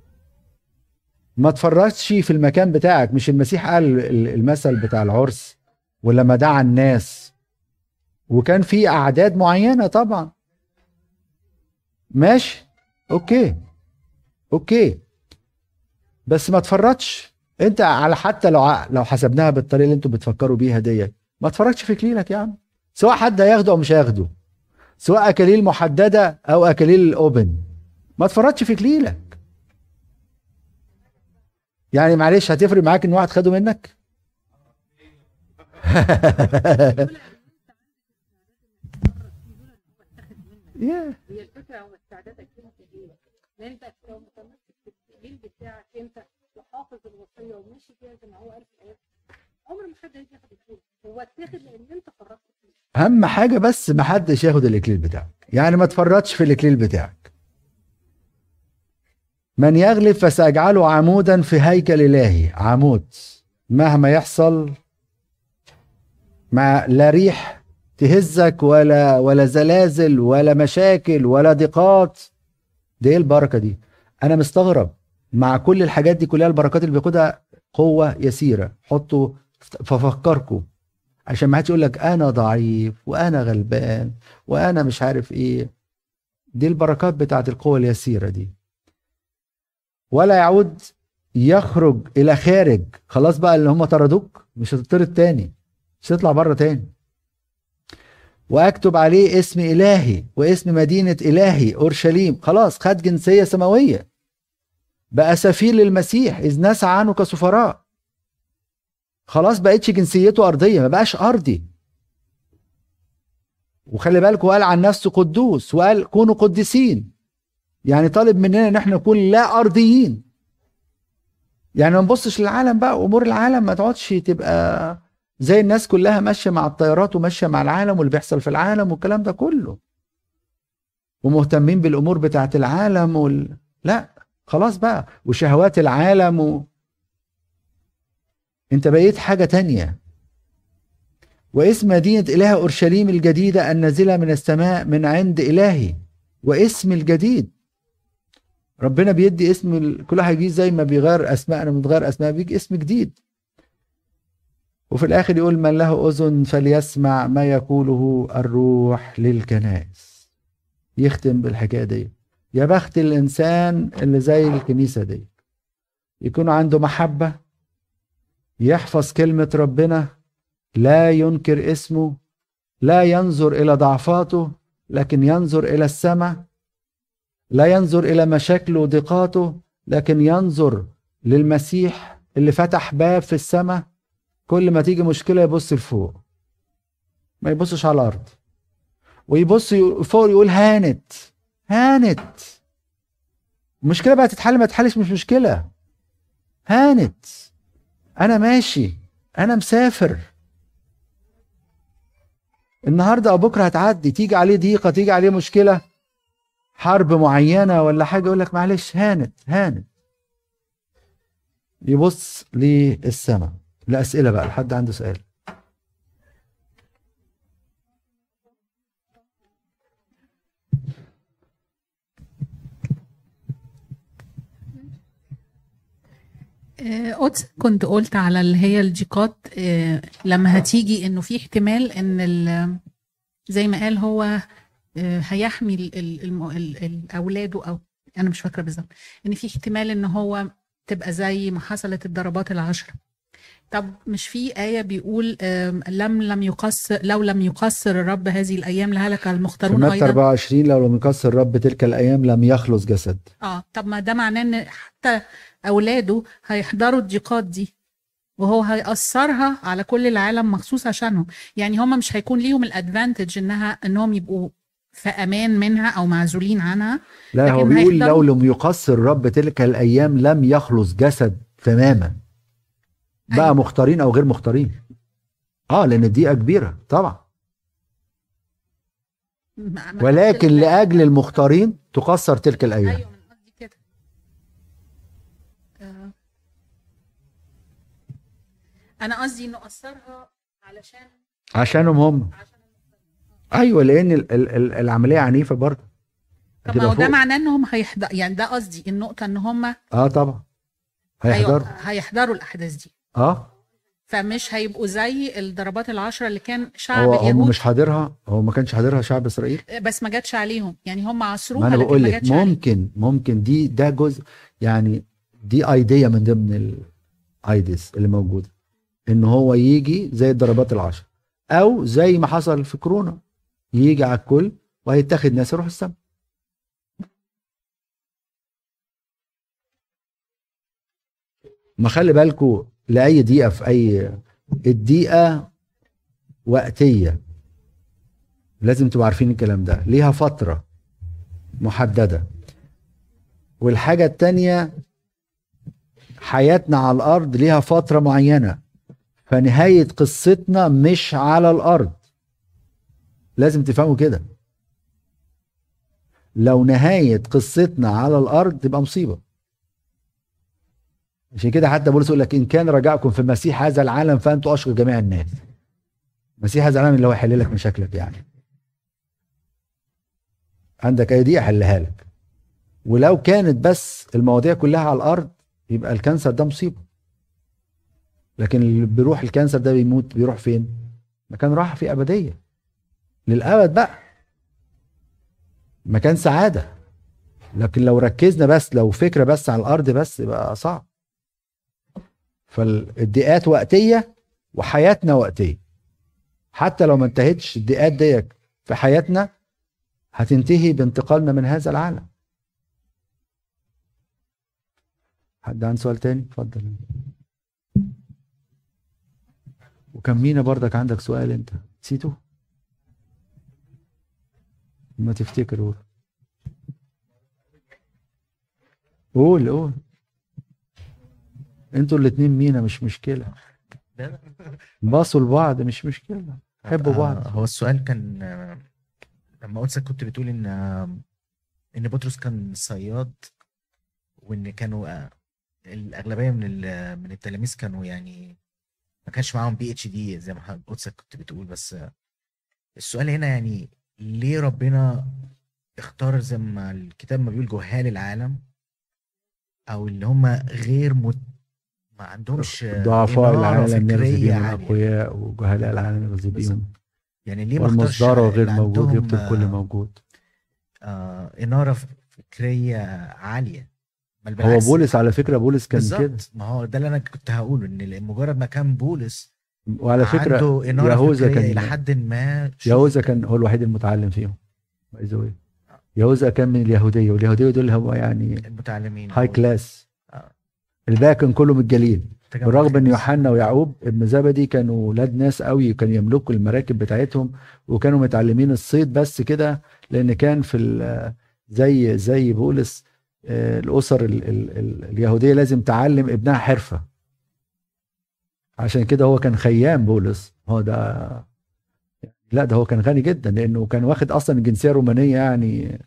S1: ما تفرطش في المكان بتاعك. مش المسيح قال المثل بتاع العرس ولما دعا الناس وكان في اعداد معينه؟ طبعا ماشي، اوكي اوكي، بس ما تفرطش انت على، حتى لو حسبناها بالطريقه اللي انتوا بتفكروا بيها ديت، ما تفرطش في كليلك يا عم، سواء حد هياخده او مش هياخده، سواء اكاليل محدده او اكاليل اوبن، ما تفرطش في كليلك. يعني معلش هتفرق معاك ان واحد خده منك؟ ياه.
S2: هي الفكره هو استعدادك انت ايه؟ لان انت لو متمسك بالدليل بتاعك انت وحافظ الوصيه وماشي فيها زي ما هو قال في الايه، عمر ما حد هيجي ياخد الكليل، هو اتاخد لان انت فرطت فيه.
S1: اهم حاجه بس ما حدش ياخد الاكليل بتاعك، يعني ما تفرطش في الاكليل بتاعك. من يغلب فساجعله عمودا في هيكل الهي. عمود مهما يحصل، مع لا ريح تهزك ولا زلازل ولا مشاكل ولا ضيقات. دي ايه البركه دي؟ انا مستغرب مع كل الحاجات دي كلها، البركات اللي بياخدها قوه يسيره. حطوا ففكركم عشان ما حدش يقول لك انا ضعيف وانا غلبان وانا مش عارف ايه. دي البركات بتاعت القوه اليسيره دي. ولا يعود يخرج الى خارج. خلاص بقى اللي هم طردوك مش هتطرد تاني، مش هتطلع بره تاني. واكتب عليه اسم الهي واسم مدينه الهي اورشليم. خلاص خد جنسيه سماويه، بقى سفير للمسيح اذ نسعى عنه كسفراء. خلاص بقتش جنسيته ارضيه، ما بقاش ارضي. وخلي بالكوا قال عن نفسه قدوس، وقال كونوا قديسين، يعني طالب مننا ان احنا نكون لا ارضيين. يعني ما نبصش للعالم بقى، امور العالم ما تقعدش تبقى زي الناس كلها ماشيه مع الطيارات وماشيه مع العالم واللي بيحصل في العالم والكلام ده كله، ومهتمين بالامور بتاعت العالم لا خلاص بقى، وشهوات العالم انت بقيت حاجه تانية. واسم مدينه اله اورشليم الجديده النازله من السماء من عند الهي. واسم الجديد، ربنا بيدي اسم كل واحد يجي زي ما بيغير اسماءنا بنتغير اسماء، بيجي اسم جديد. وفي الاخر يقول من له اذن فليسمع ما يقوله الروح للكنائس. يختم بالحكايه دي. يا بخت الانسان اللي زي الكنيسه دي، يكون عنده محبه، يحفظ كلمه ربنا، لا ينكر اسمه، لا ينظر الى ضعفاته لكن ينظر الى السماء، لا ينظر الى مشاكله وضيقاته لكن ينظر للمسيح اللي فتح باب في السماء. كل ما تيجي مشكله يبص لفوق، ما يبصش على الارض، ويبص فوق يقول هانت هانت. المشكله بقى تتحل ما تتحلش مش مشكله، هانت، انا ماشي، انا مسافر، النهارده او بكره هتعدي. تيجي عليه ضيقه، تيجي عليه مشكله، حرب معينه ولا حاجه، يقول لك معلش هانت هانت. يبص للسماء. الاسئله بقى، لحد عنده سؤال؟
S3: كنت قلت على اللي هي الضيقات لما هتيجي انه في احتمال ان زي ما قال هو هيحمي اولاده، او انا مش فاكره بالظبط، ان في احتمال ان هو تبقى زي ما حصلت الضربات العشرة. طب مش في آية بيقول لو لم يقصر الرب هذه الأيام لهلك المختارون
S1: في متى
S3: أيضا؟
S1: 24 لو لم يقصر الرب تلك الأيام لم يخلص جسد.
S3: طب ما ده معناه ان حتى أولاده هيحضروا الضيقات دي، وهو هيأثرها على كل العالم مخصوص عشانهم. يعني هم مش هيكون ليهم الادفانتج انهم يبقوا في امان منها او معزولين عنها.
S1: لا، هو بيقول لو لم يقصر الرب تلك الايام لم يخلص جسد تماما. بقى أيوة. مختارين او غير مختارين، لان الدقيقه كبيره طبعا، ولكن لاجل المختارين تقصر تلك الايام.
S3: ايوه من قصدي كده. انا قصدي انه قصرها عشانهم هم.
S1: ايوه، لان العمليه عنيفه برضه.
S3: طب ما هو ده معناه انهم هيحضر، يعني ده قصدي النقطه ان هم
S1: طبعا
S3: هيحضروا الاحداث دي. فمش هيبقوا زي الضربات العشرة اللي كان شعب اليهود.
S1: هو مش حاضرها، هو ما كانش حاضرها شعب اسرائيل،
S3: بس ما جاتش عليهم، يعني هم عصروها.
S1: ما انا بقول لك ممكن ده جزء، يعني دي ايديا من ضمن الايديز اللي موجوده، ان هو يجي زي الضربات العشر، او زي ما حصل في كورونا يجي على الكل وهيتاخد ناس يروح السما. ما خلي بالكوا لاي دقيقه في اي الدقيقه وقتيه، لازم تبقوا عارفين الكلام ده، ليها فتره محدده. والحاجه التانيه، حياتنا على الارض ليها فتره معينه، فنهاية قصتنا مش على الأرض، لازم تفهموا كده. لو نهاية قصتنا على الأرض تبقى مصيبة. عشان كده حتى بولس يقول لك إن كان رجاءكم في مسيح هذا العالم فأنتوا أشقى جميع الناس. مسيح هذا العالم اللي هو يحل لك مشاكلك، يعني عندك أي دي أحلها لك. ولو كانت بس المواضيع كلها على الأرض يبقى الكانسر ده مصيبة. لكن اللي بيروح الكانسر ده بيموت بيروح فين؟ مكان راحة في أبدية للأبد بقى، مكان سعادة. لكن لو ركزنا بس، لو فكرة بس على الأرض بس، يبقى صعب. فالدقات وقتية وحياتنا وقتية. حتى لو ما انتهتش الدقات دي في حياتنا هتنتهي بانتقالنا من هذا العالم. حد عنده سؤال تاني؟ اتفضل. وكان مينا برضك عندك سؤال انت نسيته؟ ما تفتكر قول. انتوا الاتنين مينا، مش مشكلة. باصوا لبعض مش مشكلة، حبوا بعض.
S4: هو السؤال كان لما قلت كنت بتقول ان بطرس كان صياد، وان كانوا الاغلبيه من التلاميذ كانوا يعني ما كانش معاهم PhD زي ما قدسك كنت بتقول. بس السؤال هنا يعني ليه ربنا اختار زي ما الكتاب ما بيقول جهال العالم، او اللي هم غير ما عندهمش
S1: ضعفاء العالم يرضي بهم
S4: عالية.
S1: الاقوياء، وجهلاء العالم يرضي بيهم.
S4: يعني ليه ما
S1: والمصدر غير موجود يبطل كل موجود.
S4: إنارة فكرية عالية.
S1: هو بولس على فكرة، بولس كان كده.
S4: ما هو ده اللي انا كنت هقوله، ان مجرد ما كان بولس
S1: وعلى فكرة
S4: عنده إنارة
S1: يهوذا
S4: فكرية
S1: كان
S4: الى حد ما.
S1: يهوذا كان هو الوحيد المتعلم فيهم. يهوذا كان من اليهودية، واليهودية دول هو يعني
S4: المتعلمين
S1: هاي كلاس. الباقي كان كله من الجليل، بالرغم ان يوحنا ويعقوب ابن زبدي كانوا ولاد ناس قوي، كانوا يملكوا المراكب بتاعتهم وكانوا متعلمين الصيد بس كده، لان كان في زي بولس الاسر اليهوديه لازم تعلم ابنها حرفه. عشان كده هو كان خيام بولس. هو ده، لا ده هو كان غني جدا، لانه كان واخد اصلا الجنسيه الرومانيه يعني،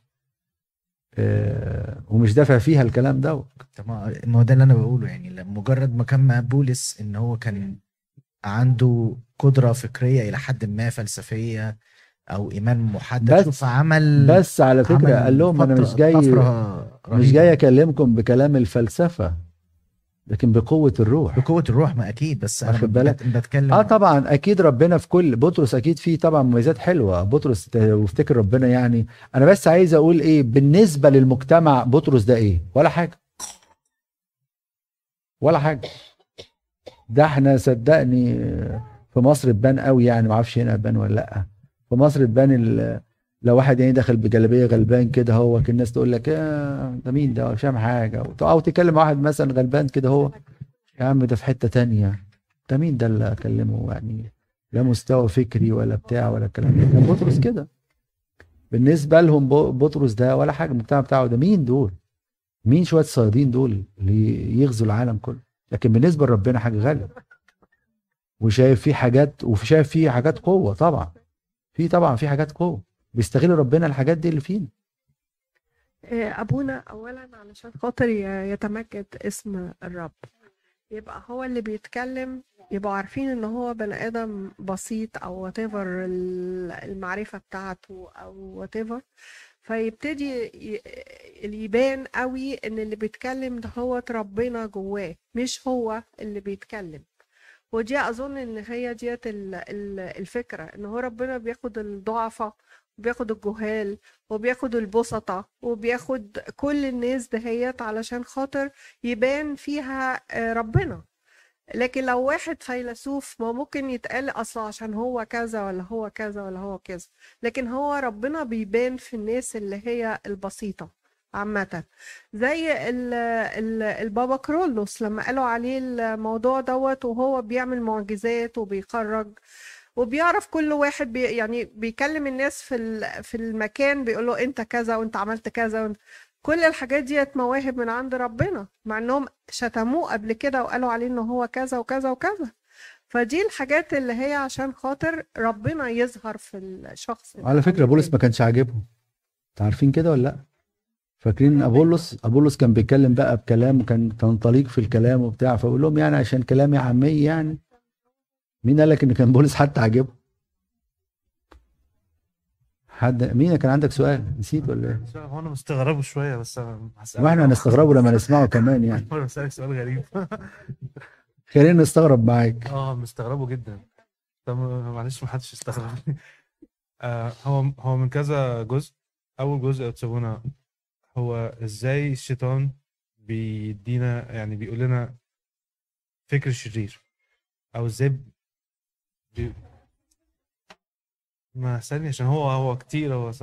S1: ومش دافع فيها الكلام ده.
S4: طب ما هو ده اللي انا بقوله، يعني مجرد ما كان مع بولس ان هو كان عنده قدرة فكرية الى حد ما، فلسفية او ايمان محدد. شوف
S1: بس على فكرة قال لهم انا مش جاي اكلمكم بكلام الفلسفة، لكن بقوة الروح.
S4: بقوة الروح، ما اكيد. بس انا بتكلم
S1: طبعا اكيد ربنا في كل بطرس اكيد فيه طبعا مميزات حلوة بطرس، وافتكر ربنا يعني. انا بس عايز اقول ايه بالنسبة للمجتمع، بطرس ده ايه؟ ولا حاجة، ولا حاجة. ده احنا صدقني في مصر تبان قوي، يعني ما اعرفش هنا تبان ولا لا. في مصر تبان لو واحد يعني دخل بجلابيه غلبان كده، هو كان الناس تقول لك ده مين ده، مش فاهم حاجه. او تكلم واحد مثلا غلبان كده، هو يا عم ده في حته تانية، ده مين ده اللي اكلمه يعني، لا مستوى فكري ولا بتاع ولا الكلام ده. كان بطرس كده بالنسبه لهم. بطرس ده ولا حاجه. المجتمع بتاعه ده مين دول؟ مين شويه الصيادين دول اللي يغزوا العالم كله؟ لكن بالنسبه لربنا حاجه غاليه، وشايف فيه حاجات، وشايف فيه حاجات قوه. طبعا في حاجات قوه بيستغل ربنا الحاجات دي اللي فينا.
S5: ابونا اولا علشان خاطر يتمجد اسم الرب، يبقى هو اللي بيتكلم، يبقوا عارفين ان هو بني ادم بسيط او whatever المعرفه بتاعته او whatever، فيبتدي يبان قوي ان اللي بيتكلم ده هو ربنا جواه، مش هو اللي بيتكلم. ودي اظن ان هي ديت الفكره، ان هو ربنا بياخد الضعفاء وبياخد الجهال وبياخد البسطة وبياخد كل الناس دهيت علشان خاطر يبان فيها ربنا. لكن لو واحد فيلسوف ما ممكن يتقال اصلا عشان هو كذا ولا هو كذا ولا هو كذا، لكن هو ربنا بيبان في الناس اللي هي البسيطة عامة. زي البابا كرولوس لما قالوا عليه الموضوع دوت، وهو بيعمل معجزات وبيخرج وبيعرف كل واحد يعني بيكلم الناس في المكان، بيقول له انت كذا وانت عملت كذا كل الحاجات دي مواهب من عند ربنا، مع انهم شتموه قبل كده وقالوا عليه انه هو كذا وكذا وكذا. فدي الحاجات اللي هي عشان خاطر ربنا يظهر في الشخص ده
S1: على فكره
S5: أو
S1: بولس
S5: التاني.
S1: ما كانش عاجبهم، انتوا عارفين كده ولا لا؟ فاكرين ابولس كان بيتكلم بقى بكلام، وكان طليق في الكلام وبتاع، فاقول لهم يعني عشان كلامي عامي يعني. مين قال لك ان كان بولس حتى عاجبه؟ حد مين كان عندك سؤال نسيت ولا ايه؟
S6: هو انا مستغربه شويه، بس انا هسألك
S1: واحنا هنستغربه لما نسمعه كمان يعني.
S6: انا بسألك سؤال غريب.
S1: خلينا نستغرب معاك.
S6: مستغربه جدا. طب معلش، ما حدش يستغرب. هو من كذا جزء. اول جزء تسابونا، هو ازاي الشيطان بيدينا، يعني بيقول لنا فكر شرير، او ازاي بي... ما استني، عشان هو كتير، هو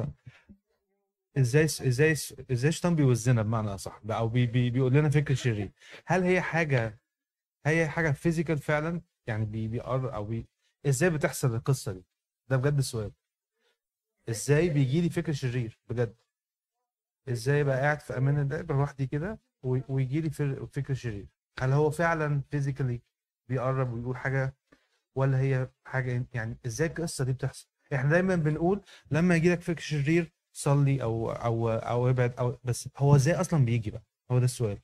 S6: ازاي الشيطان بيوزنا بمعنى اصح، او بيقول لنا فكر شرير. هل هي حاجه فيزيكال فعلا، يعني بيقر ازاي بتحصل القصه دي؟ ده بجد السؤال. ازاي بيجي لي فكر شرير بجد؟ ازاي بقى قاعد في امان الله لوحدي كده ويجي لي فكر شرير؟ هل هو فعلا فيزيكالي بيقرب ويقول حاجه، ولا هي حاجه يعني ازاي القصه دي بتحصل؟ احنا دايما بنقول لما يجي لك فكر شرير صلي او ابعد، بس هو ازاي اصلا بيجي بقى؟ هو ده السؤال.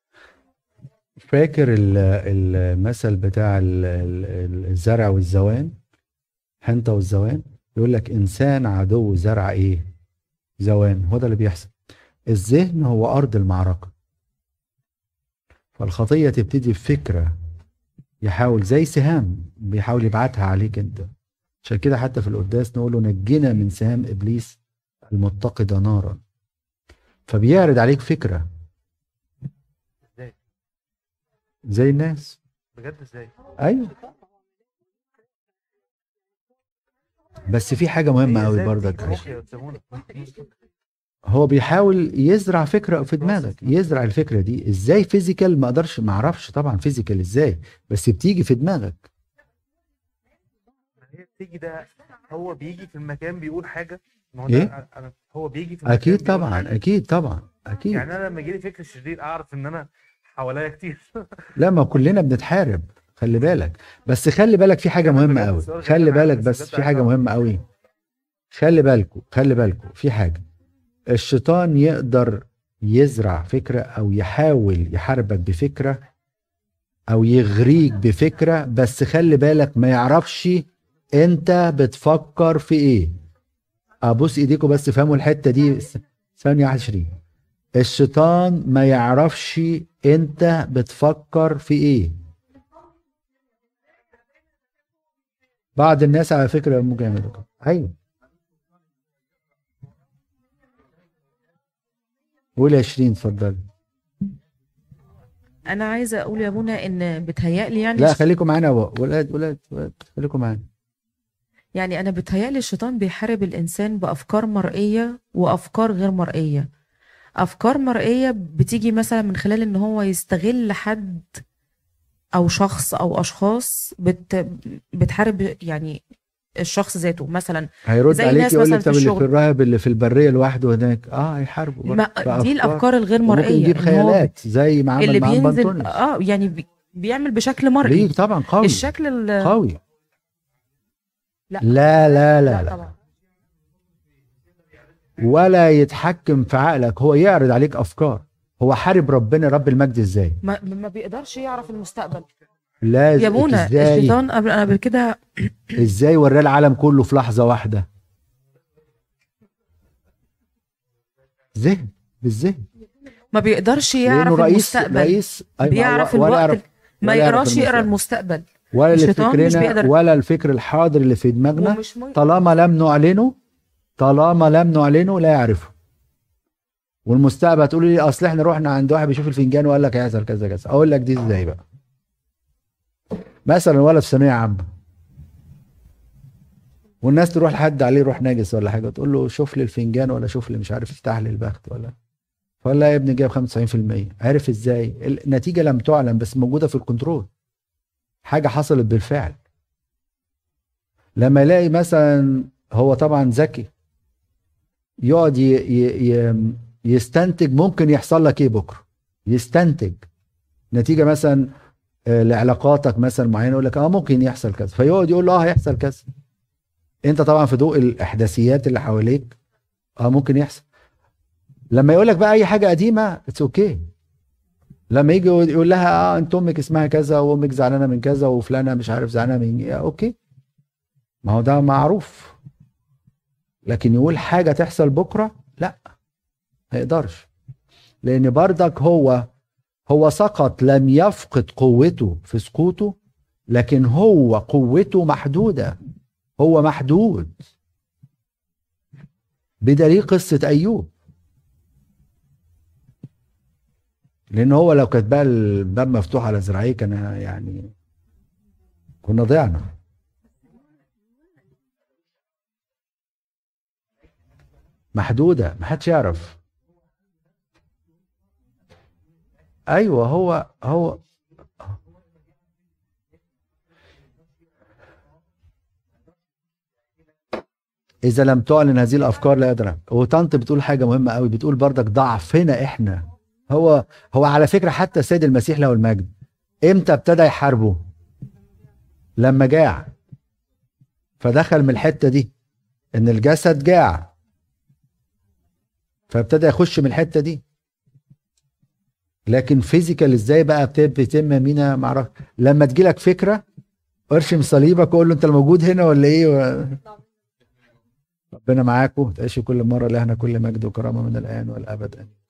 S1: فاكر المثل بتاع الزرع والزوان، حنطة والزوان؟ يقول لك انسان عدو زرع ايه؟ زوان. هو ده اللي بيحصل. الذهن هو ارض المعركة، فالخطية تبتدي بفكرة، يحاول زي سهام بيحاول يبعتها عليك انت. عشان كده حتى في القداس نقول له نجنا من سهام ابليس المتقدة نارا. فبيعرض عليك فكرة
S6: ازاي
S1: زي الناس.
S6: بجد ازاي؟
S1: ايوه، بس في حاجة مهمة
S6: هي
S1: قوي
S6: ازاي
S1: برضك.
S6: بتيجي مخي يا تسابونا؟
S1: هو بيحاول يزرع فكرة في دماغك، يزرع الفكرة دي ازاي فيزيكال، ما اعرفش طبعا فيزيكال ازاي، بس بتيجي في دماغك.
S6: هي بتيجي ده، هو بيجي في المكان بيقول حاجه. ما هو
S1: إيه؟
S6: ده هو بيجي في المكان
S1: اكيد
S6: بيقول
S1: طبعا،
S6: حاجة.
S1: اكيد طبعا، اكيد.
S6: يعني انا لما يجي لي فكر شرير اعرف ان انا حواليا كتير.
S1: لا، ما كلنا بنتحارب، خلي بالك. بس خلي بالك في حاجة
S6: أنا
S1: مهمة
S6: بجد
S1: قوي،
S6: سؤال غريب،
S1: خلي
S6: أنا عارف،
S1: بالك
S6: بس
S1: بس
S6: بجد
S1: في
S6: عايز
S1: حاجة
S6: أعرف.
S1: مهمة قوي. خلي بالكم في حاجة. الشيطان يقدر يزرع فكرة او يحاول يحاربك بفكرة او يغريك بفكرة، بس خلي بالك ما يعرفش انت بتفكر في ايه. ابوس ايديكم بس فهموا الحتة دي ثانية 20. الشيطان ما يعرفش انت بتفكر في ايه. بعض الناس على فكرة ممكن يعملوا كده. ايوه، قول 20 اتفضل.
S7: انا عايزه اقول يا منى ان بتهيألي
S1: لا خليكم معانا ولاد خليكم معانا.
S7: يعني انا بتهيألي الشيطان بيحارب الانسان بافكار مرئيه وافكار غير مرئيه. افكار مرئيه بتيجي مثلا من خلال ان هو يستغل حد او شخص او اشخاص بتحارب يعني الشخص ذاته مثلا.
S1: هيرد
S7: زي
S1: عليك
S7: ناس
S1: يقول
S7: مثلا
S1: لك
S7: في
S1: طب اللي في
S7: الشغل.
S1: الراهب اللي في البريه لوحده هناك هيحاربوا برضه
S7: دي
S1: بأفكار.
S7: الافكار الغير
S1: وممكن
S7: مرئيه
S1: يجيب
S7: ان هو
S1: خيالات زي ما عمل
S7: اللي
S1: مع
S7: بينزل
S1: بنطونيوس.
S7: يعني بيعمل بشكل مرئي.
S1: ليه طبعا قوي،
S7: الشكل
S1: قوي.
S7: لا
S1: لا لا لا
S7: لا
S1: لا،
S7: طبعا.
S1: ولا يتحكم في عقلك، هو يعرض عليك افكار. هو حارب ربنا رب المجد ازاي؟
S7: ما بيقدرش يعرف المستقبل
S1: لازم
S7: يا منى.
S1: ازاي؟
S7: الشيطان قبل كده
S1: ازاي وراه العالم كله في لحظه واحده؟ ذهن، بالذهن.
S7: ما بيقدرش
S1: لانه
S7: يعرف
S1: رئيس
S7: المستقبل.
S1: ولا
S7: بيعرف الوقت
S1: يعرف
S7: ما
S1: ولا
S7: يقراش يقرا
S1: المستقبل.
S7: المستقبل.
S1: ولا اللي
S7: الشيطان مش
S1: فكرنا
S7: بيقدر
S1: ولا الفكر الحاضر اللي في دماغنا.
S7: ومش
S1: طالما لم نعلنه لا يعرفه. والمستقبل تقول لي اصل احنا رحنا عند واحد بيشوف الفنجان وقال لك هيحصل كذا كذا. اقول لك دي ازاي بقى؟ مثلا ولد في ثانويه عامه والناس تروح لحد عليه روح ناجس ولا حاجه، تقول له شوف لي الفنجان ولا شوف لي مش عارف افتح لي البخت ولا، فلا يا ابني جايب 95%. عارف ازاي؟ النتيجه لم تعلن بس موجوده في الكنترول، حاجه حصلت بالفعل. لما يلاقي مثلا هو طبعا ذكي يقعد يستنتج ممكن يحصل لك ايه بكره، يستنتج نتيجه مثلا لعلاقاتك مثلا معينه، يقول لك ممكن يحصل كذا، فيقعد يقول له هيحصل كذا. انت طبعا في ضوء الاحداثيات اللي حواليك ممكن يحصل. لما يقول لك بقى اي حاجه قديمه اتس اوكي. لما يجي يقول لها انت امك اسمها كذا وامك زعلانه من كذا وفلانه مش عارف زعلانه من اوكي، ما هو ده معروف. لكن يقول حاجه تحصل بكره لا، ما يقدرش. لان بردك هو سقط، لم يفقد قوته في سقوطه، لكن هو قوته محدوده، هو محدود. بدليل قصه ايوب، لان هو لو كانت بقى الباب مفتوح على ذراعيه كان يعني كنا ضيعنا. محدوده، محدش يعرف. ايوه هو اذا لم تعلن هذه الافكار لا يقدر. وطنط بتقول حاجه مهمه قوي، بتقول بردك ضعفنا احنا. هو على فكره حتى السيد المسيح له المجد امتى ابتدى يحاربه؟ لما جاع، فدخل من الحته دي ان الجسد جاع، فابتدى يخش من الحته دي. لكن فيزيكال ازاي بقى بيتم مينا معرفش. لما تجيلك فكره ارشم صليبك وقول له انت الموجود هنا ولا ايه ربنا معاكم. تعيشوا كل مره لهنا كل مجد وكرامه من الان والابد.